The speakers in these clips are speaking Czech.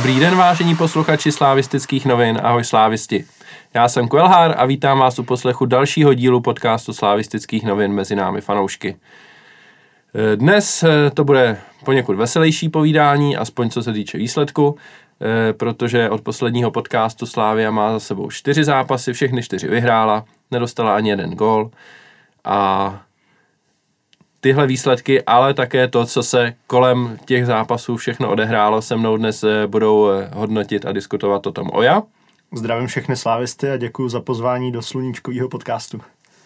Dobrý den, vážení posluchači Slavistických novin, ahoj slávisti. Já jsem Kuelhár a vítám vás u poslechu dalšího dílu podcastu Slavistických novin mezi námi fanoušky. Dnes to bude poněkud veselější povídání, aspoň co se týče výsledku, protože od posledního podcastu Slavia má za sebou 4 zápasy, všechny 4 vyhrála, nedostala ani jeden gól a tyhle výsledky, ale také to, co se kolem těch zápasů všechno odehrálo, se mnou dnes budou hodnotit a diskutovat o tom Oja. Zdravím všechny slávisty a děkuji za pozvání do sluníčkového podcastu.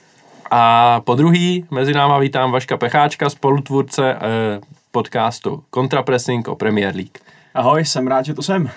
A po druhý mezi náma vítám Vaška Pecháčka, spolutvůrce podcastu Kontrapressing o Premier League. Ahoj, jsem rád, že tu jsem.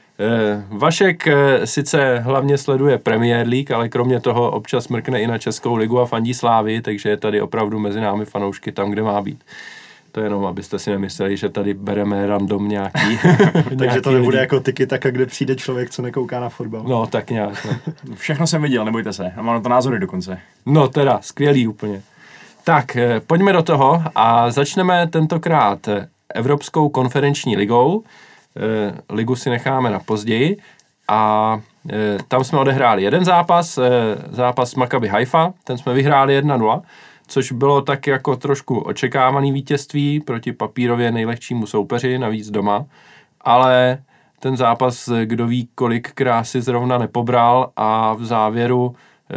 Vašek sice hlavně sleduje Premier League, ale kromě toho občas mrkne i na Českou ligu a fandí Slávy, takže je tady opravdu mezi námi fanoušky tam, kde má být. To je jenom, abyste si nemysleli, že tady bereme random nějaký. Takže to nebude jako tiki-taka, kde přijde člověk, co nekouká na fotbal. No, tak nějak. No. Všechno jsem viděl, nebojte se. A mám na to názory dokonce. No teda, skvělý úplně. Tak, pojďme do toho a začneme tentokrát Evropskou konferenční ligou. Ligu si necháme na později a tam jsme odehráli jeden zápas, zápas Maccabi Haifa, ten jsme vyhráli 1-0, což bylo tak jako trošku očekávaný vítězství proti papírově nejlehčímu soupeři, navíc doma, ale ten zápas, kdo ví, kolik krásy zrovna nepobral a v závěru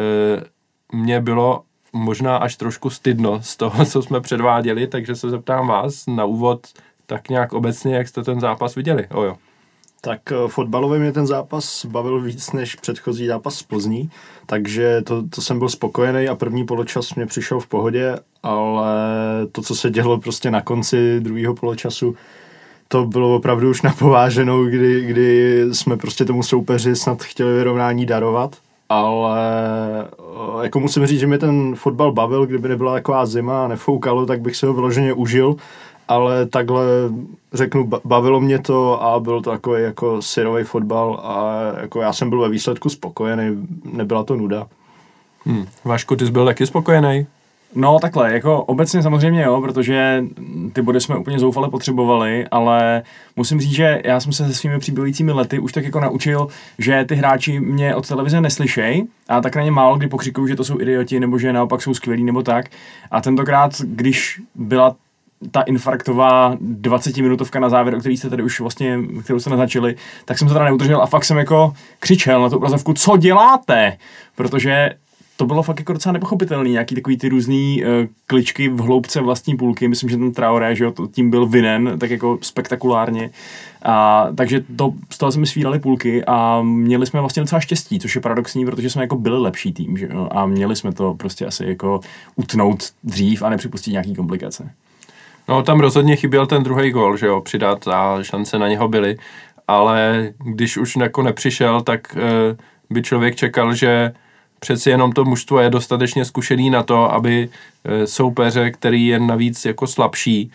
mě bylo možná až trošku stydno z toho, co jsme předváděli, takže se zeptám vás na úvod tak nějak obecně, jak jste ten zápas viděli. Ojo. Tak fotbalově mě ten zápas bavil víc než předchozí zápas z Plzní, takže to jsem byl spokojený a první poločas mě přišel v pohodě, ale to, co se dělo prostě na konci druhého poločasu, to bylo opravdu už napováženou, kdy jsme prostě tomu soupeři snad chtěli vyrovnání darovat, ale jako musím říct, že mě ten fotbal bavil, kdyby nebyla taková zima a nefoukalo, tak bych se ho vyloženě užil, ale takhle řeknu, bavilo mě to a byl to takový jako syrový fotbal a jako já jsem byl ve výsledku spokojený, nebyla to nuda. Vašku, ty jsi byl taky spokojený? No takhle, jako obecně samozřejmě jo, protože ty body jsme úplně zoufale potřebovali, ale musím říct, že já jsem se se svými přibývajícími lety už tak jako naučil, že ty hráči mě od televize neslyšej a tak na ně málo kdy pokřikují, že to jsou idioti nebo že naopak jsou skvělí nebo tak. A tentokrát, když byla ta infarktová 20-minutovka na závěr, o který jste tady už vlastně, kterou jste naznačili, tak jsem se teda neudržel a fakt jsem jako křičel na tu obrazovku, co děláte? Protože to bylo fakt jako docela nepochopitelný, nějaký takový ty různý kličky v hloubce vlastní půlky, myslím, že ten Traoré, že jo, tím byl vinen, tak jako spektakulárně. A takže z toho jsme svírali půlky a měli jsme vlastně docela štěstí, což je paradoxní, protože jsme jako byli lepší tým, že jo, a měli jsme to prostě asi jako utnout dřív a nepřipustit nějaký komplikace. No, tam rozhodně chyběl ten druhý gól, že jo, přidat a šance na něho byly, ale když už jako nepřišel, tak by člověk čekal, že přeci jenom to mužstvo je dostatečně zkušený na to, aby soupeře, který je navíc jako slabší,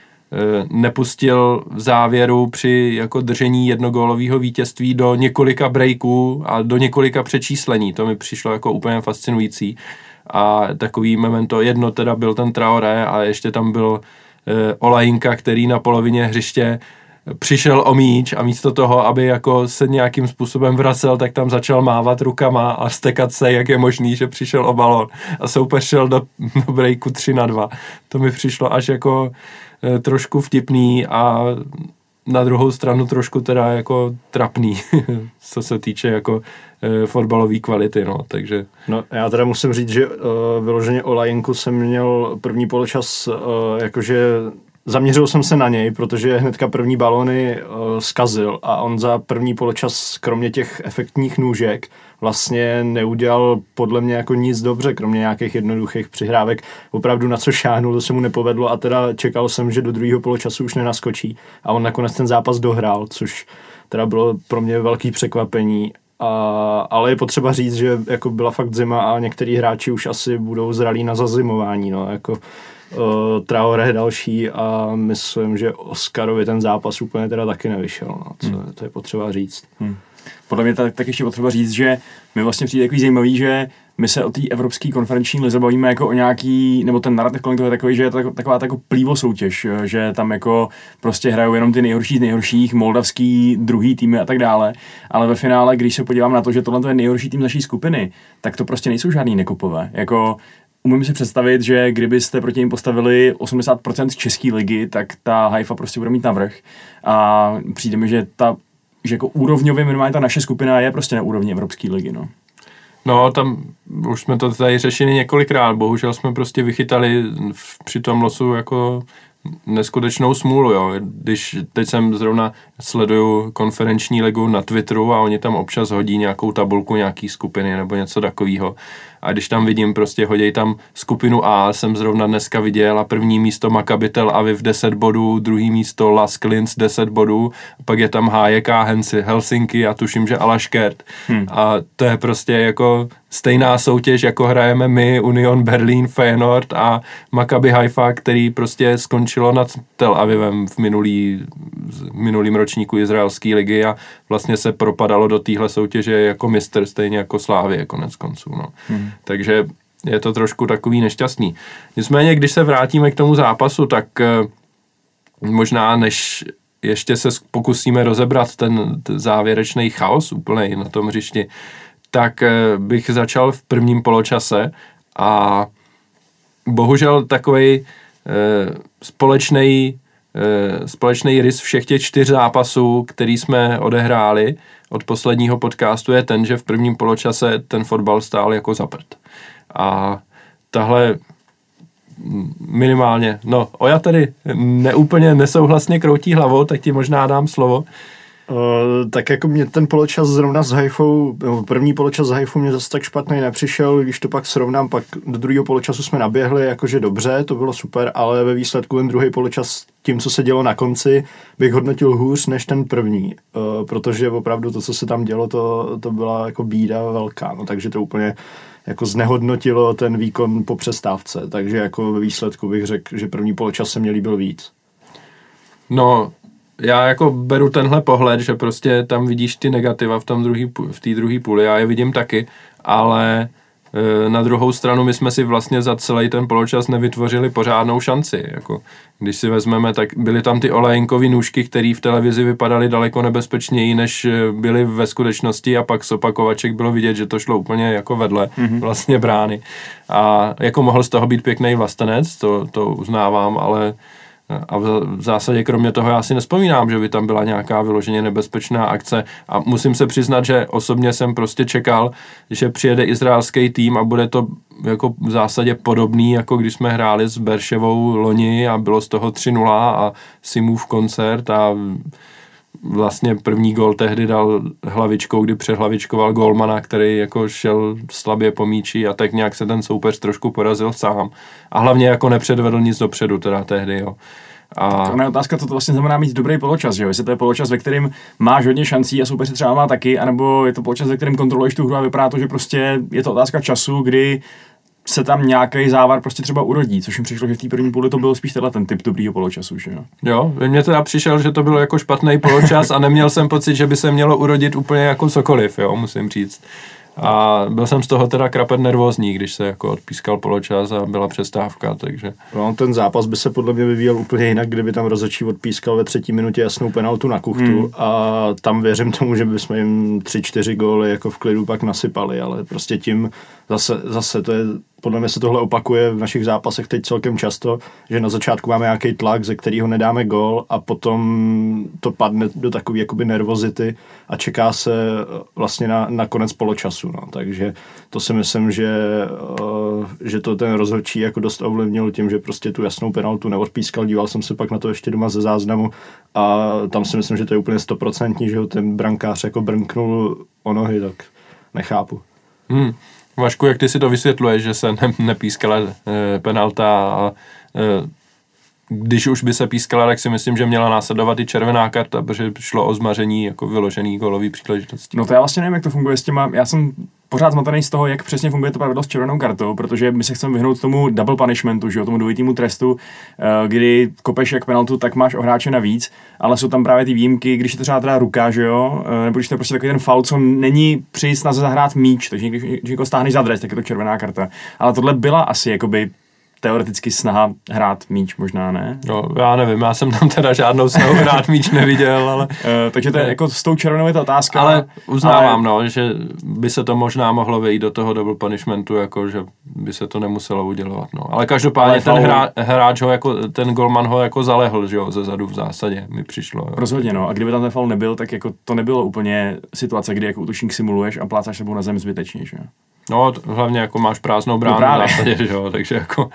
nepustil v závěru při jako držení jednogólového vítězství do několika breaků a do několika přečíslení. To mi přišlo jako úplně fascinující. A takový memento, jedno teda byl ten Traoré a ještě tam byl Olajinka, který na polovině hřiště přišel o míč a místo toho, aby jako se nějakým způsobem vracel, tak tam začal mávat rukama a stekat se, jak je možný, že přišel o balón a soupeř šel do breaku 3-2. To mi přišlo až jako trošku vtipný a na druhou stranu trošku teda jako trapný, co se týče jako fotbalové kvality, no, takže. No, já teda musím říct, že vyloženě Olajinku jsem měl první poločas, jakože zaměřil jsem se na něj, protože hnedka první balóny zkazil a on za první poločas, kromě těch efektních nůžek, vlastně neudělal podle mě jako nic dobře, kromě nějakých jednoduchých přihrávek. Opravdu na co šáhnul, to se mu nepovedlo a teda čekal jsem, že do druhého poločasu už nenaskočí a on nakonec ten zápas dohrál, což teda bylo pro mě velký překvapení. Ale je potřeba říct, že jako byla fakt zima a některý hráči už asi budou zralí na zazimování, no, jako Traoré další a myslím, že Oscarovi ten zápas úplně teda taky nevyšel, no, to je potřeba říct. podle mě tak ještě potřeba říct, že mi vlastně přijde takový zajímavý, že my se o té evropské konferenční lize bavíme jako o nějaký, nebo ten narrativ kolem toho je takový, že je to taková jako plívo soutěž, že tam jako prostě hrajou jenom ty nejhorší z nejhorších, moldavský druhý týmy a tak dále, ale ve finále, když se podívám na to, že tohle je nejhorší tým naší skupiny, tak to prostě nejsou žádný nekopové. Jako umím si představit, že kdybyste proti ním postavili 80% české ligy, tak ta Haifa prostě bude mít navrch a přijde mi, že jako úrovňově minimálně ta naše skupina je prostě na úrovni evropské ligy, no. No, tam už jsme to tady řešili několikrát, bohužel jsme prostě vychytali při tom losu jako neskutečnou smůlu, jo. Když teď jsem zrovna sleduju konferenční ligu na Twitteru a oni tam občas hodí nějakou tabulku nějaký skupiny nebo něco takového. A když tam vidím, prostě hodí tam skupinu A, jsem zrovna dneska viděl a první místo Maccabi Tel Aviv 10 bodů, druhý místo Lask Linz 10 bodů, pak je tam HJK Helsinki a tuším, že Alaškert. A to je prostě jako stejná soutěž, jako hrajeme my, Union Berlin, Feyenoord a Maccabi Haifa, který prostě skončilo nad Tel Avivem v minulým ročníku izraelské ligy a vlastně se propadalo do téhle soutěže jako mistr, stejně jako Slávie konec konců, no. Takže je to trošku takový nešťastný. Nicméně, když se vrátíme k tomu zápasu, tak možná než ještě se pokusíme rozebrat ten závěrečný chaos úplnej na tom hřišti, tak bych začal v prvním poločase a bohužel takovej společný rys všech těch 4 zápasů, který jsme odehráli od posledního podcastu, je ten, že v prvním poločase ten fotbal stál jako za prd. A tahle minimálně, no Oja tady neúplně nesouhlasně kroutí hlavou, tak ti možná dám slovo. Tak jako mě ten poločas zrovna s Haifou, první poločas s Haifou mě zase tak špatný nepřišel, když to pak srovnám, pak do druhého poločasu jsme naběhli, jakože dobře, to bylo super, ale ve výsledku ten druhý poločas tím, co se dělo na konci, bych hodnotil hůř než ten první, protože opravdu to, co se tam dělo, to byla jako bída velká, no takže to úplně jako znehodnotilo ten výkon po přestávce, takže jako ve výsledku bych řekl, že první poločas se mě líbil víc. No, já jako beru tenhle pohled, že prostě tam vidíš ty negativa v té druhé půli, já je vidím taky, ale na druhou stranu my jsme si vlastně za celý ten poločas nevytvořili pořádnou šanci. Jako, když si vezmeme, tak byly tam ty olejnkové nůžky, které v televizi vypadaly daleko nebezpečněji, než byly ve skutečnosti a pak z opakovaček bylo vidět, že to šlo úplně jako vedle vlastně brány. A jako mohl z toho být pěkný vlastenec, to uznávám, ale a v zásadě kromě toho já si nevzpomínám, že by tam byla nějaká vyloženě nebezpečná akce a musím se přiznat, že osobně jsem prostě čekal, že přijede izraelský tým a bude to jako v zásadě podobný, jako když jsme hráli s Berševou loni a bylo z toho 3-0 a Simův koncert a vlastně první gól tehdy dal hlavičkou, kdy přehlavičkoval gólmana, který jako šel slabě po míči a tak nějak se ten soupeř trošku porazil sám. A hlavně jako nepředvedl nic dopředu teda tehdy, jo. Tak ona je otázka, co to vlastně znamená mít dobrý poločas, že jo? Jestli to je poločas, ve kterém máš hodně šancí a soupeř třeba má taky, anebo je to poločas, ve kterém kontroluješ tu hru a vypadá to, že prostě je to otázka času, kdy se tam nějaký závar prostě třeba urodí, což mi přišlo, že v té první půli to byl spíš ten typ dobrýho poločasu, že jo? Jo, mně teda přišel, že to bylo jako špatný poločas a neměl jsem pocit, že by se mělo urodit úplně jako cokoliv, jo, musím říct. A byl jsem z toho teda krapet nervózní, když se jako odpískal poločas a byla přestávka, takže... No, ten zápas by se podle mě vyvíjel úplně jinak, kdyby tam rozhodčí odpískal ve 3. minutě jasnou penaltu na Kuchtu a tam věřím tomu, že bychom jim 3-4 góly jako v klidu pak nasypali, ale prostě tím zase to je, podle mě se tohle opakuje v našich zápasech teď celkem často, že na začátku máme nějaký tlak, ze kterého nedáme gól a potom to padne do takové jakoby nervozity a čeká se vlastně na konec poločasu, no. Takže to si myslím, že to ten rozhodčí jako dost ovlivnil tím, že prostě tu jasnou penaltu neodpískal, díval jsem se pak na to ještě doma ze záznamu a tam si myslím, že to je úplně 100%, že ho ten brankář jako brnknul o nohy, tak nechápu. Vašku, jak ty si to vysvětluješ, že se nepískala penalta a když už by se pískala, tak si myslím, že měla následovat i červená karta, protože šlo o zmaření jako vyložený gólový příležitosti. No to já vlastně nevím, jak to funguje s těma, já jsem pořád zmatený z toho, jak přesně funguje to pravidlo s červenou kartou, protože my se chceme vyhnout tomu double punishmentu, že jo, tomu dvojitému trestu, kdy kopeš jak penaltu, tak máš o hráče navíc, ale jsou tam právě ty výjimky, když je to třeba teda ruka, že jo, nebo když to je prostě takový ten foul, co není při snaze zahrát míč, takže když jako stáhneš za dres, tak je to červená karta. Ale tohle byla asi jakoby teoreticky snaha hrát míč, možná ne? No, já nevím, já jsem tam teda žádnou snahu hrát míč neviděl, ale... takže to je jako s tou červenou je ta otázka. Ale uznávám, no, že by se to možná mohlo vejít do toho double punishmentu, jako, že by se to nemuselo udělovat, no. Ale každopádně ten hráč ho jako, ten golman ho jako zalehl, že jo, ze zadu v zásadě, mi přišlo. Jo. Rozhodně, no. A kdyby tam ten foul nebyl, tak jako to nebylo úplně situace, kdy jako útočník simuluješ a plácáš sebou na zem zbytečně, že jo. No, hlavně jako máš prázdnou bránu v zásadě, že jo, takže jako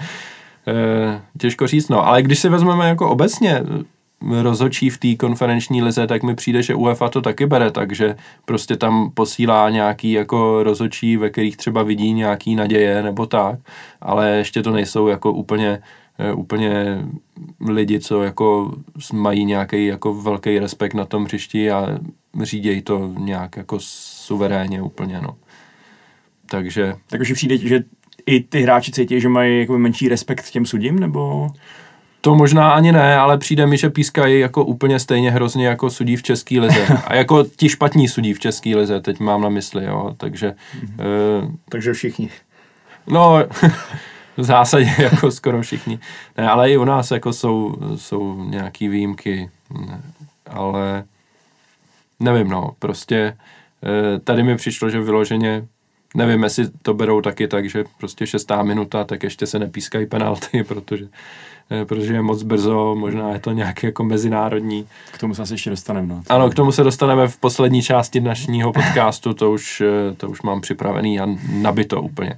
těžko říct, no, ale když si vezmeme jako obecně rozhodčí v té konferenční lize, tak mi přijde, že UEFA to taky bere, takže prostě tam posílá nějaký jako rozhodčí, ve kterých třeba vidí nějaký naděje nebo tak, ale ještě to nejsou jako úplně lidi, co jako mají nějaký jako velký respekt na tom hřišti a řídějí to nějak jako suverénně úplně, no. Takže už přijde, že i ty hráči cítí, že mají jako menší respekt k těm sudím, nebo? To možná ani ne, ale přijde mi, že pískají jako úplně stejně hrozně jako sudí v české lize. A jako ti špatní sudí v české lize, teď mám na mysli, jo, takže... Takže všichni. No, v zásadě jako skoro všichni. Ne, ale i u nás jako jsou nějaký výjimky, ale nevím, no, prostě tady mi přišlo, že vyloženě nevím, jestli to berou taky tak, že prostě 6. minuta, tak ještě se nepískají penalty, protože je moc brzo, možná je to nějaký jako mezinárodní. K tomu se asi ještě dostaneme. No. Ano, k tomu se dostaneme v poslední části dnešního podcastu, to už mám připravený a nabito úplně.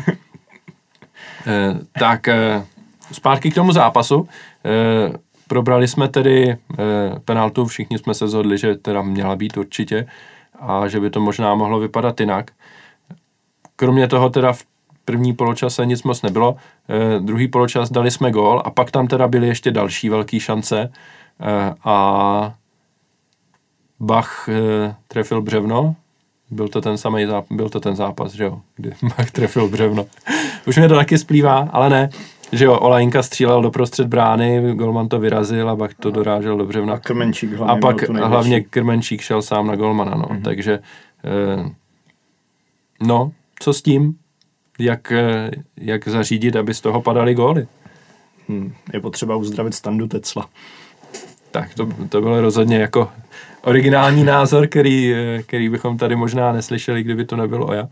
Tak zpátky k tomu zápasu. Probrali jsme tedy penaltu, všichni jsme se shodli, že teda měla být určitě a že by to možná mohlo vypadat jinak. Kromě toho teda v první poločase nic moc nebylo. Druhý poločas dali jsme gól a pak tam teda byly ještě další velké šance a Bach trefil břevno. Byl to ten zápas, že jo, kdy Bach trefil břevno. Už mě to taky splývá, ale ne. Že jo, Olajinka střílel do prostřed brány, golman to vyrazil a Bach to dorážel do břevna. A Krmenčík hlavně. A pak hlavně Krmenčík šel sám na golmana, no. Mm-hmm. Takže no, co s tím? Jak zařídit, aby z toho padaly góly? Je potřeba uzdravit Standu Tecla. Tak to bylo rozhodně jako originální názor, který bychom tady možná neslyšeli, kdyby to nebylo Oja.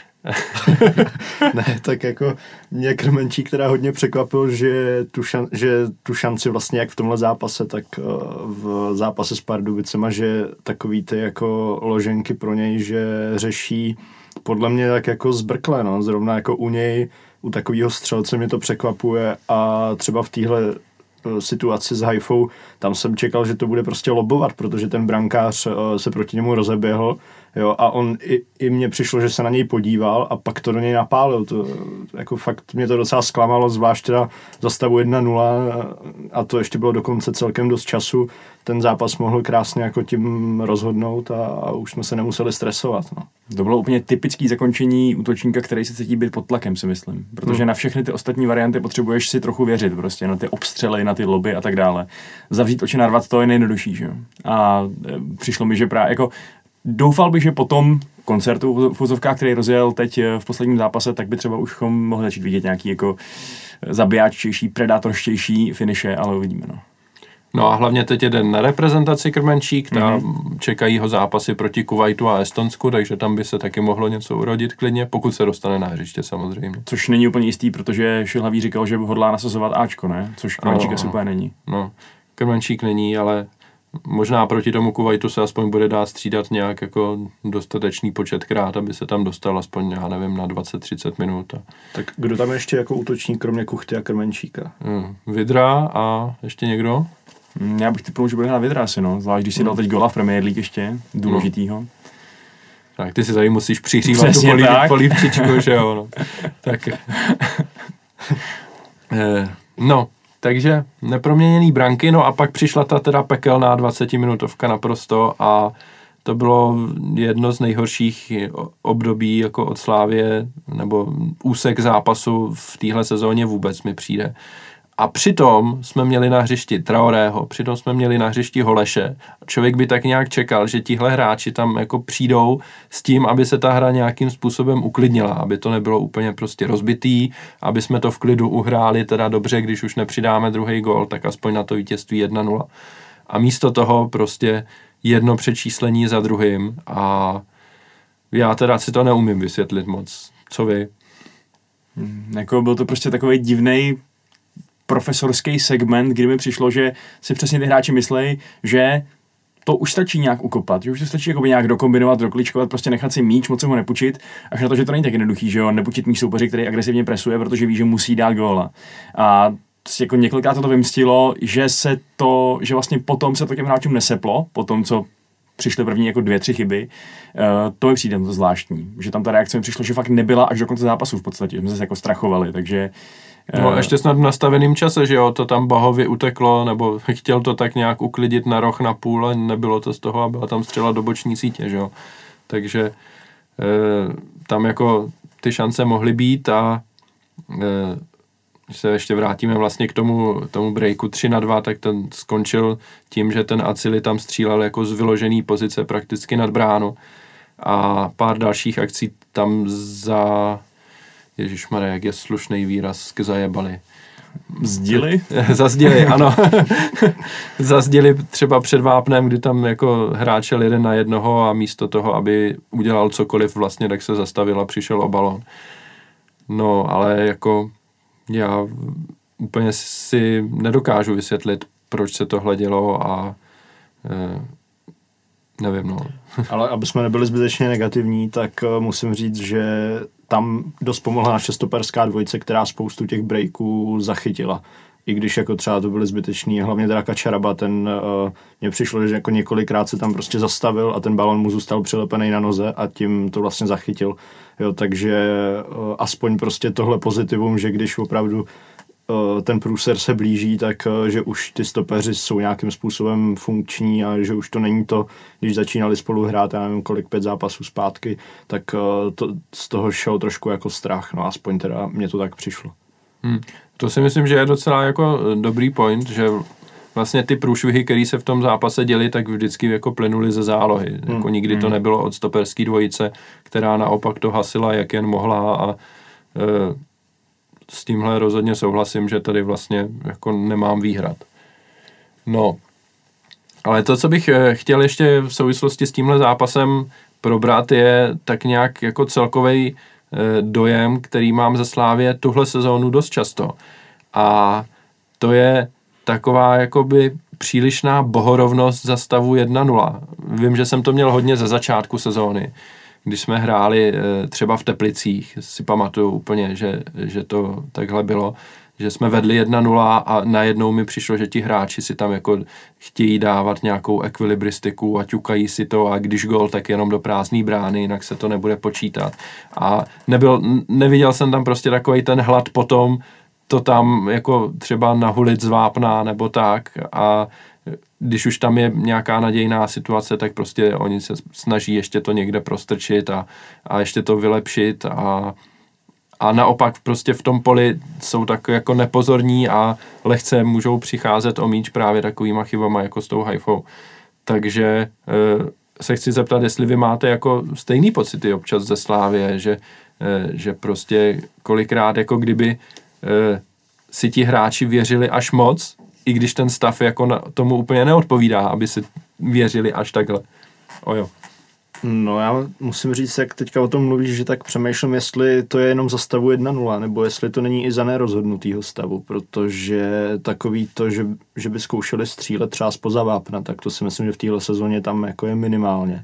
Ne, tak jako mě Krmenčík teda hodně překvapil, že tu šanci vlastně jak v tomhle zápase, tak v zápase s Pardubicema, že takový ty jako loženky pro něj, že řeší podle mě tak jako zbrkle, no, zrovna jako u něj, u takového střelce mě to překvapuje a třeba v téhle situaci s Haifou, tam jsem čekal, že to bude prostě lobovat, protože ten brankář se proti němu rozeběhl, jo, a on i mně přišlo, že se na něj podíval a pak to do něj napálil. To, jako fakt mě to docela zklamalo, zvlášť teda za stavu 1-0 a to ještě bylo dokonce celkem dost času. Ten zápas mohl krásně jako tím rozhodnout a už jsme se nemuseli stresovat. No. To bylo úplně typický zakončení útočníka, který se cítí být pod tlakem, si myslím. Protože na všechny ty ostatní varianty potřebuješ si trochu věřit, prostě na ty obstřely, na ty loby a tak dále. Zavřít oči, narvat, to je nejjednodušší, že jo. A přišlo mi, že právě jako doufal bych, že po tom koncertu v úzovkách, který rozjel teď v posledním zápase, tak by třeba už mohli začít vidět nějaký jako zabijáčtější, predátorštější finiše, ale uvidíme, no. No a hlavně teď jde na reprezentaci Krmenčík, čekají ho zápasy proti Kuvajtu a Estonsku, takže tam by se taky mohlo něco urodit klidně, pokud se dostane na hřiště samozřejmě. Což není úplně jistý, protože Šilhavý říkal, že hodlá nasazovat Ačko, ne? Což Krmenčík asi úplně není. No, Krmenčík není, ale možná proti tomu Kuvajtu se aspoň bude dát střídat nějak jako dostatečný počet krát, aby se tam dostal aspoň, já nevím, na 20-30 minut. Tak kdo tam ještě jako útočník, kromě Kuchty a Krmenčíka? Vidra a ještě někdo? Já bych typnul, že bude hrát Vidra asi, no. Zvlášť, když si dal teď gola v Premier League ještě, důležitýho. Tak ty si tady musíš přihřívat tu polívčičku, že jo, no. Tak. No, takže neproměněný branky, no a pak přišla ta teda pekelná 20-minutovka naprosto a to bylo jedno z nejhorších období jako od Slávie, nebo úsek zápasu v téhle sezóně vůbec mi přijde. A přitom jsme měli na hřišti Traorého, přitom jsme měli na hřišti Holeše. Člověk by tak nějak čekal, že tihle hráči tam jako přijdou s tím, aby se ta hra nějakým způsobem uklidnila, aby to nebylo úplně prostě rozbitý, aby jsme to v klidu uhráli teda dobře, když už nepřidáme druhý gól, tak aspoň na to vítězství 1-0. A místo toho prostě jedno přečíslení za druhým a já teda si to neumím vysvětlit moc. Co vy? Jako byl to prostě takový divnej profesorský segment, kdy mi přišlo, že si přesně ty hráči myslejí, že to už stačí nějak ukopat, že už to stačí jako nějak dokombinovat, dokličkovat, prostě nechat si míč, moc se ho nepůjčit, až na to, že to není tak jednoduchý, že jo, nepůjčit míč soupeři, který agresivně presuje, protože ví, že musí dát góla. A jako několikrát to vymstilo, že vlastně potom se to těm hráčům neseplo, potom co přišly první jako 2-3 chyby, to mi přijde to zvláštní, že tam ta reakce mi přišlo, že fakt nebyla až do konce zápasu v podstatě, jsme se jako strachovali, takže no ještě snad v nastaveném čase, že jo, to tam Bahovi uteklo, nebo chtěl to tak nějak uklidit na roh na půl a nebylo to z toho a byla tam střela do boční sítě, že jo. Takže tam jako ty šance mohly být a když se ještě vrátíme vlastně k tomu breaku 3-2, tak ten skončil tím, že ten Acili tam střílel jako z vyložený pozice prakticky nad bránu a pár dalších akcí tam Ježišmarja, jak je slušný výraz, zajebali. Zazděli, ano. Zazděli třeba před vápnem, kdy tam jako hráčel 1-1 a místo toho, aby udělal cokoliv vlastně, tak se zastavil a přišel o balón. No, ale jako já úplně si nedokážu vysvětlit, proč se tohle dělo a nevím, no. Ale aby jsme nebyli zbytečně negativní, tak musím říct, že tam dost pomohla naše stoperská dvojice, která spoustu těch breaků zachytila. I když jako třeba to byly zbytečný, hlavně teda Kačaraba, ten mně přišlo, že jako několikrát se tam prostě zastavil a ten balon mu zůstal přilepený na noze a tím to vlastně zachytil. Jo, takže aspoň prostě tohle pozitivum, že když opravdu ten průser se blíží, tak že už ty stopeři jsou nějakým způsobem funkční a že už to není to, když začínali spolu hrát, já nevím kolik, 5 zápasů zpátky, tak z toho šel trošku jako strach, no aspoň teda mně to tak přišlo. To si myslím, že je docela jako dobrý point, že vlastně ty průšvihy, které se v tom zápase děly, tak vždycky jako plynuly ze zálohy. Jako nikdy to nebylo od stoperský dvojice, která naopak to hasila, jak jen mohla a s tímhle rozhodně souhlasím, že tady vlastně jako nemám výhrad. No, ale to, co bych chtěl ještě v souvislosti s tímhle zápasem probrat, je tak nějak jako celkovej dojem, který mám ze Slávie tuhle sezónu dost často. A to je taková jakoby přílišná bohorovnost za stavu 1-0. Vím, že jsem to měl hodně ze začátku sezóny, když jsme hráli třeba v Teplicích, si pamatuju úplně, že to takhle bylo, že jsme vedli 1-0 a najednou mi přišlo, že ti hráči si tam jako chtějí dávat nějakou ekvilibristiku a ťukají si to a když gól, tak jenom do prázdné brány, jinak se to nebude počítat. A neviděl jsem tam prostě takovej ten hlad potom to tam jako třeba nahulit z vápna nebo tak a když už tam je nějaká nadějná situace, tak prostě oni se snaží ještě to někde prostrčit a ještě to vylepšit a naopak prostě v tom poli jsou tak jako nepozorní a lehce můžou přicházet o míč právě takovýma chybama jako s tou Haifou. Takže se chci zeptat, jestli vy máte jako stejný pocity občas ze Slávie, že prostě kolikrát jako kdyby si ti hráči věřili až moc, i když ten stav jako tomu úplně neodpovídá, aby si věřili až takhle. Ojo. No já musím říct, jak teďka o tom mluvíš, že tak přemýšlím, jestli to je jenom za stavu 1-0, nebo jestli to není i za nerozhodnutýho stavu, protože takový to, že by zkoušeli střílet třeba spoza vápna, tak to si myslím, že v téhle sezóně tam jako je minimálně.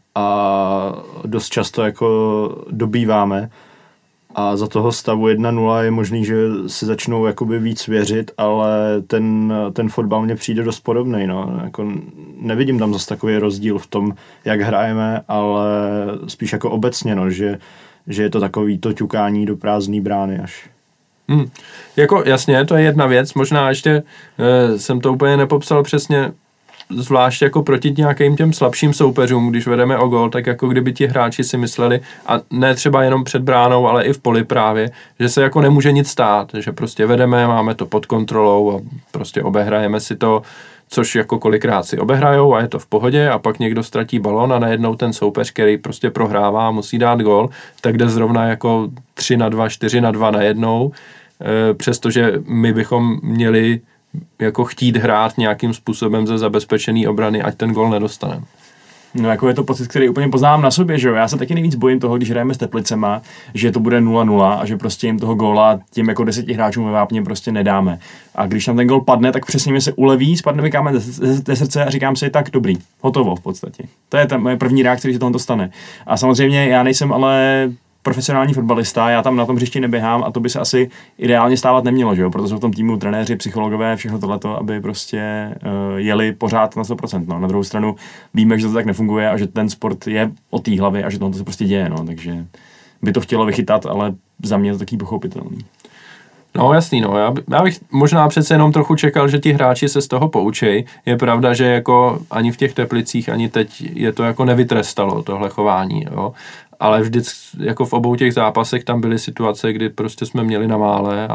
A dost často jako dobýváme a za toho stavu 1-0 je možný, že si začnou jakoby víc věřit, ale ten fotbal mně přijde dost podobnej, no. Jako nevidím tam zase takový rozdíl v tom, jak hrajeme, ale spíš jako obecně, no, že je to takový to ťukání do prázdné brány až. Jako jasně, to je jedna věc, možná ještě jsem to úplně nepopsal přesně, zvlášť jako proti nějakým těm slabším soupeřům, když vedeme o gól, tak jako kdyby ti hráči si mysleli, a ne třeba jenom před bránou, ale i v poli právě, že se jako nemůže nic stát, že prostě vedeme, máme to pod kontrolou a prostě obehrajeme si to, což jako kolikrát si obehrajou a je to v pohodě a pak někdo ztratí balon a najednou ten soupeř, který prostě prohrává, musí dát gól, tak jde zrovna jako 3-2, 4-2 najednou, přestože my bychom měli jako chtít hrát nějakým způsobem ze zabezpečený obrany, ať ten gól nedostaneme. No jako je to pocit, který úplně poznám na sobě, že jo. Já se taky nejvíc bojím toho, když hrajeme s Teplicema, že to bude 0-0 a že prostě jim toho góla tím jako 10 hráčům ve vápně prostě nedáme. A když tam ten gól padne, tak přesně mi se uleví, spadne mi kámen ze srdce a říkám si, tak dobrý, hotovo v podstatě. To je ta moje první reakce, když se tohle stane. A samozřejmě já nejsem ale profesionální fotbalista, já tam na tom hřišti neběhám a to by se asi ideálně stávat nemělo, že jo? Proto jsou v tom týmu trenéři, psychologové, všechno tohleto, aby prostě jeli pořád na 100%. No. Na druhou stranu víme, že to tak nefunguje a že ten sport je o té hlavě a že tohle se prostě děje, no. Takže by to chtělo vychytat, ale za mě je to taky pochopitelný. No jasný, no. Já bych možná přece jenom trochu čekal, že ti hráči se z toho poučej. Je pravda, že jako ani v těch Teplicích, ani teď je to jako nevytrestalo tohle chování, jo. Ale vždycky jako v obou těch zápasech tam byly situace, kdy prostě jsme měli na mále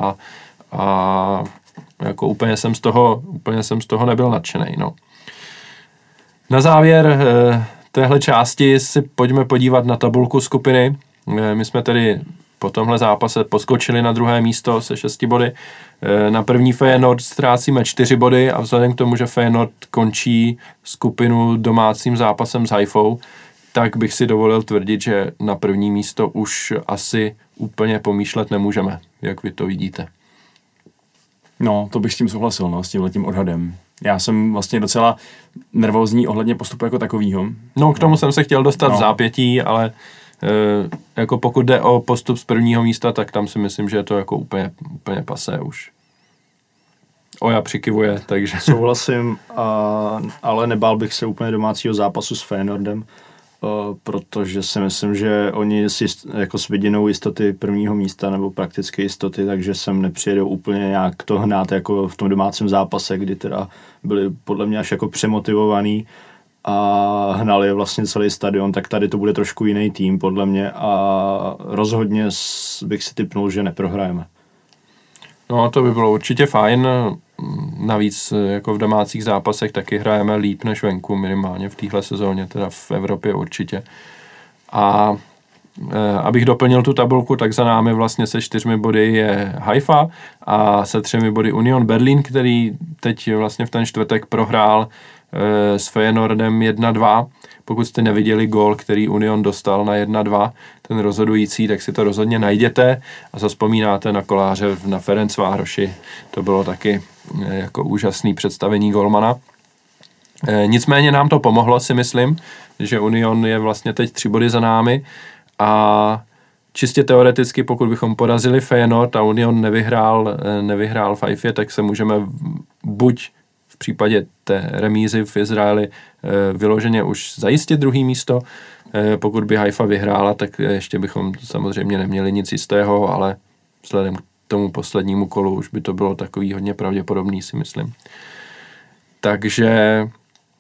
a jako úplně jsem z toho nebyl nadšenej, no. Na závěr téhle části si pojďme podívat na tabulku skupiny. My jsme tedy po tomhle zápase poskočili na druhé místo se 6 body. Na první Feyenoord ztrácíme 4 body a vzhledem k tomu, že Feyenoord končí skupinu domácím zápasem s Haifou, tak bych si dovolil tvrdit, že na první místo už asi úplně pomýšlet nemůžeme, jak vy to vidíte. No, to bych s tím souhlasil, no, s tímhletím odhadem. Já jsem vlastně docela nervózní ohledně postupu jako takovýho. No, k tomu jsem se chtěl dostat v zápětí, ale jako pokud jde o postup z prvního místa, tak tam si myslím, že je to jako úplně pasé už. Oja přikivuje, takže... Souhlasím, ale nebál bych se úplně domácího zápasu s Feyenoordem, protože si myslím, že oni si jako s vidinou jistoty prvního místa nebo prakticky jistoty, takže sem nepřijedou úplně nějak to hnát jako v tom domácím zápase, kdy teda byli podle mě až jako přemotivovaný a hnali vlastně celý stadion, tak tady to bude trošku jiný tým podle mě a rozhodně bych si tipnul, že neprohrajeme. No to by bylo určitě fajn, navíc jako v domácích zápasech taky hrajeme líp než venku, minimálně v téhle sezóně, teda v Evropě určitě. A abych doplnil tu tabulku, tak za námi vlastně se 4 body je Haifa a se 3 body Union Berlin, který teď vlastně v ten čtvrtek prohrál s Feyenoordem 1-2. Pokud jste neviděli gól, který Union dostal na 1-2, ten rozhodující, tak si to rozhodně najděte a zazpomínáte na Koláře na Ferencvároši. To bylo taky jako úžasný představení golmana. Nicméně nám to pomohlo, si myslím, že Union je vlastně teď 3 body za námi a čistě teoreticky, pokud bychom porazili Feyenoord a Union nevyhrál v Haifě, tak se můžeme buď v případě té remízy v Izraeli vyloženě už zajistit druhý místo. Pokud by Haifa vyhrála, tak ještě bychom samozřejmě neměli nic jistého, ale vzhledem k tomu poslednímu kolu už by to bylo takový hodně pravděpodobný, si myslím. Takže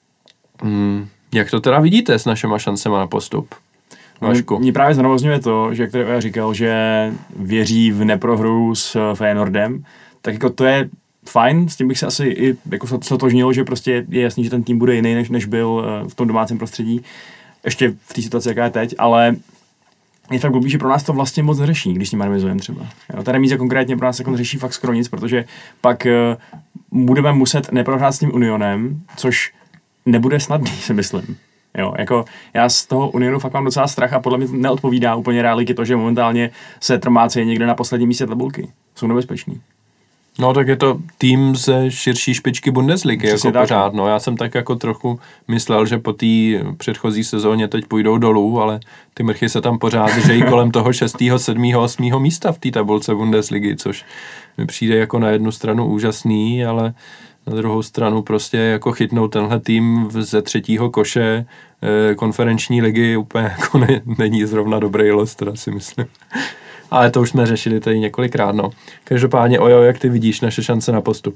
jak to teda vidíte s našima šancema na postup? Vašku. Mě právě znervozňuje to, že který říkal, že věří v neprohru s Feyenoordem, tak jako to je fajn, s tím bych se asi i jako stotožnil, že prostě je jasný, že ten tým bude jiný, než byl v tom domácím prostředí, ještě v té situaci, jaká je teď, ale je fakt blbý, že pro nás to vlastně moc neřeší, když s tím remizujeme třeba. Jo, ta remíza konkrétně pro nás jako neřeší fakt skoro nic, protože pak budeme muset neprohrát s tím Unionem, což nebude snadný, si myslím. Jo, jako já z toho Unionu fakt mám docela strach a podle mě neodpovídá úplně realitě to, že momentálně se trmácejí někde na posledním místě tabulky. Jsou nebezpeční. No tak je to tým ze širší špičky Bundesligy, jako tak. pořád. No, já jsem tak jako trochu myslel, že po té předchozí sezóně teď půjdou dolů, ale ty mrchy se tam pořád držejí kolem toho 6., 7., 8. místa v té tabulce Bundesligy, což mi přijde jako na jednu stranu úžasný, ale na druhou stranu prostě jako chytnout tenhle tým ze 3. koše konferenční ligy úplně jako není zrovna dobrý los, teda si myslím. Ale to už jsme řešili tady několikrát, no. Každopádně, Ojo, jak ty vidíš naše šance na postup?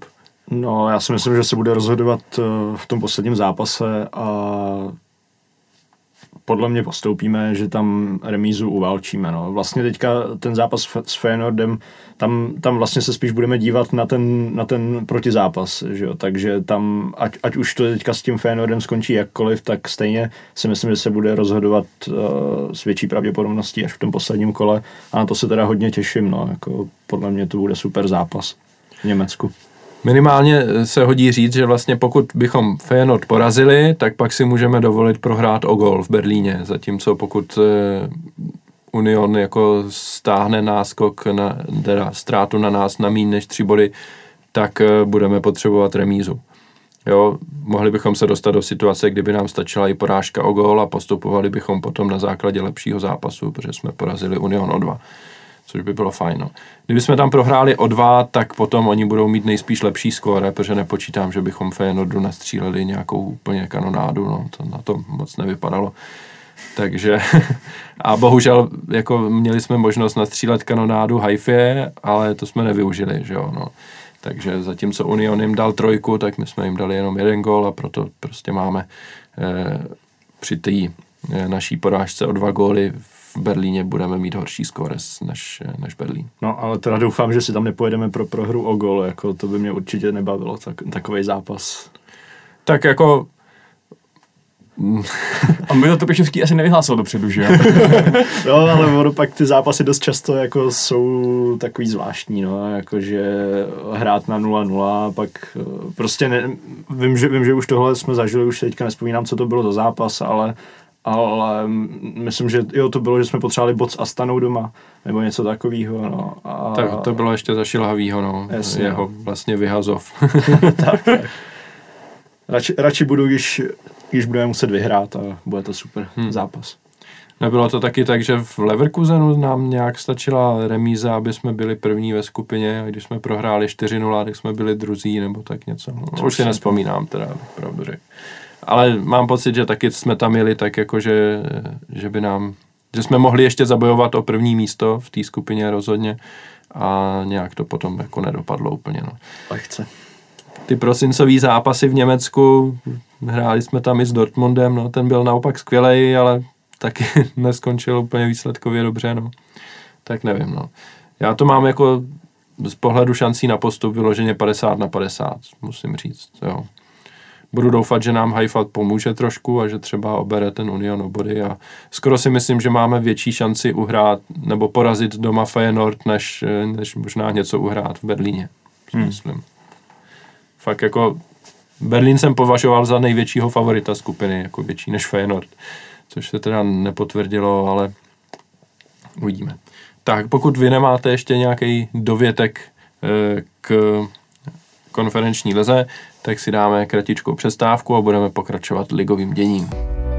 No, já si myslím, že se bude rozhodovat v tom posledním zápase a podle mě postoupíme, že tam remízu uválčíme. No. Vlastně teďka ten zápas s Feyenoordem, tam vlastně se spíš budeme dívat na ten protizápas. Že jo? Takže tam, ať už to teďka s tím Feyenoordem skončí jakkoliv, tak stejně si myslím, že se bude rozhodovat s větší pravděpodobností až v tom posledním kole. A na to se teda hodně těším. No. Jako, podle mě to bude super zápas v Německu. Minimálně se hodí říct, že vlastně pokud bychom Feyenoord porazili, tak pak si můžeme dovolit prohrát o gól v Berlíně, zatímco pokud Union jako stáhne náskok, ztrátu na nás na míň než 3 body, tak budeme potřebovat remízu. Jo, mohli bychom se dostat do situace, kdyby nám stačila i porážka o gól a postupovali bychom potom na základě lepšího zápasu, protože jsme porazili Union o 2. Což by bylo fajn. No. Kdyby jsme tam prohráli o 2, tak potom oni budou mít nejspíš lepší skóre, protože nepočítám, že bychom Feyenoordu nastříleli nějakou úplně kanonádu, no, to na to moc nevypadalo. Takže a bohužel jako měli jsme možnost nastřílet kanonádu Haifě, ale to jsme nevyužili, že jo, no. Takže zatímco Union jim dal 3, tak my jsme jim dali jenom 1 gól a proto prostě máme při té naší porážce o 2 góly v Berlíně budeme mít horší skóres než Berlín. No, ale teda doufám, že si tam nepojedeme pro prohru o gól, jako to by mě určitě nebavilo, takovej zápas. Tak jako... A by to Trpišovský asi nevyhlásil dopředu, že jo? No, ale ono pak ty zápasy dost často jako jsou takový zvláštní, no, jakože hrát na 0-0, pak prostě vím, že už tohle jsme zažili, už teďka nespomínám, co to bylo za zápas, ale myslím, že jo, to bylo, že jsme potřebovali bod s Astanou doma, nebo něco takového, no. Tak to bylo ještě za Šilhavýho, no. Jasně, jeho no. vlastně vyhazov. tak. Radši budu, když budeme muset vyhrát a bude to super zápas. Nebylo to taky tak, že v Leverkusenu nám nějak stačila remíza, aby jsme byli první ve skupině a když jsme prohráli 4-0, tak jsme byli druzí nebo tak něco. No, už si nespomínám teda, pravdu řekl. Ale mám pocit, že taky jsme tam jeli tak jako, že jsme mohli ještě zabojovat o první místo v té skupině rozhodně a nějak to potom jako nedopadlo úplně. No. Lehce. Ty prosincový zápasy v Německu, hráli jsme tam i s Dortmundem, no, ten byl naopak skvělej, ale taky neskončil úplně výsledkově dobře, no. Tak nevím, no. Já to mám jako z pohledu šancí na postup vyloženě 50/50, musím říct, jo. Budu doufat, že nám Haifa pomůže trošku a že třeba obere ten Union o body a skoro si myslím, že máme větší šanci uhrát nebo porazit doma Feyenoord, než možná něco uhrát v Berlíně, myslím. Fakt jako Berlín jsem považoval za největšího favorita skupiny, jako větší než Feyenoord, což se teda nepotvrdilo, ale uvidíme. Tak pokud vy nemáte ještě nějaký dovětek k konferenční lize, tak si dáme kratičkou přestávku a budeme pokračovat ligovým děním.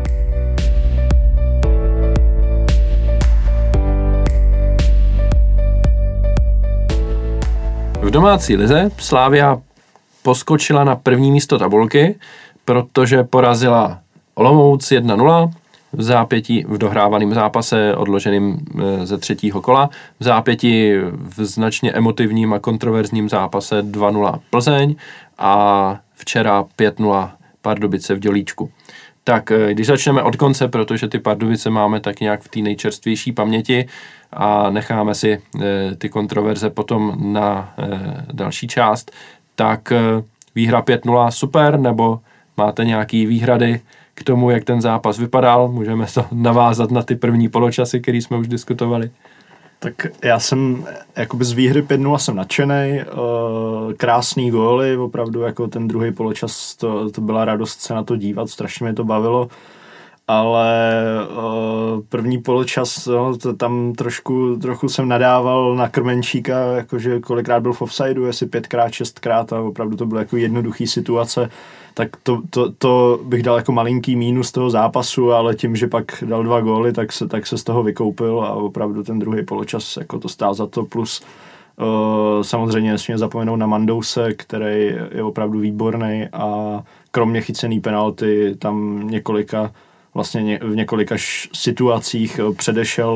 V domácí lize Slavia poskočila na první místo tabulky, protože porazila Olomouc 1-0 v dohrávaném zápase odloženým ze 3. kola, v zápětí v značně emotivním a kontroverzním zápase 2-0 Plzeň a včera 5-0 Pardubice v Dělíčku. Tak když začneme od konce, protože ty Pardubice máme tak nějak v té nejčerstvější paměti a necháme si ty kontroverze potom na další část, tak výhra 5-0 super, nebo máte nějaký výhrady k tomu, jak ten zápas vypadal? Můžeme to navázat na ty první poločasy, který jsme už diskutovali. Tak já jsem jakoby z výhry 5-0 jsem nadšenej, krásný góly, opravdu jako ten druhý poločas, to byla radost se na to dívat, strašně mě to bavilo, ale první poločas, no, tam trochu jsem nadával na Krmenčíka, jakože kolikrát byl v offsideu, jestli 5x, 6x a opravdu to bylo jako jednoduchý situace, tak to bych dal jako malinký mínus toho zápasu, ale tím, že pak dal 2 góly, tak se z toho vykoupil a opravdu ten druhý poločas jako to stál za to, plus samozřejmě nesmíme zapomenout na Mandouse, který je opravdu výborný a kromě chycený penalty tam v několika situacích předešel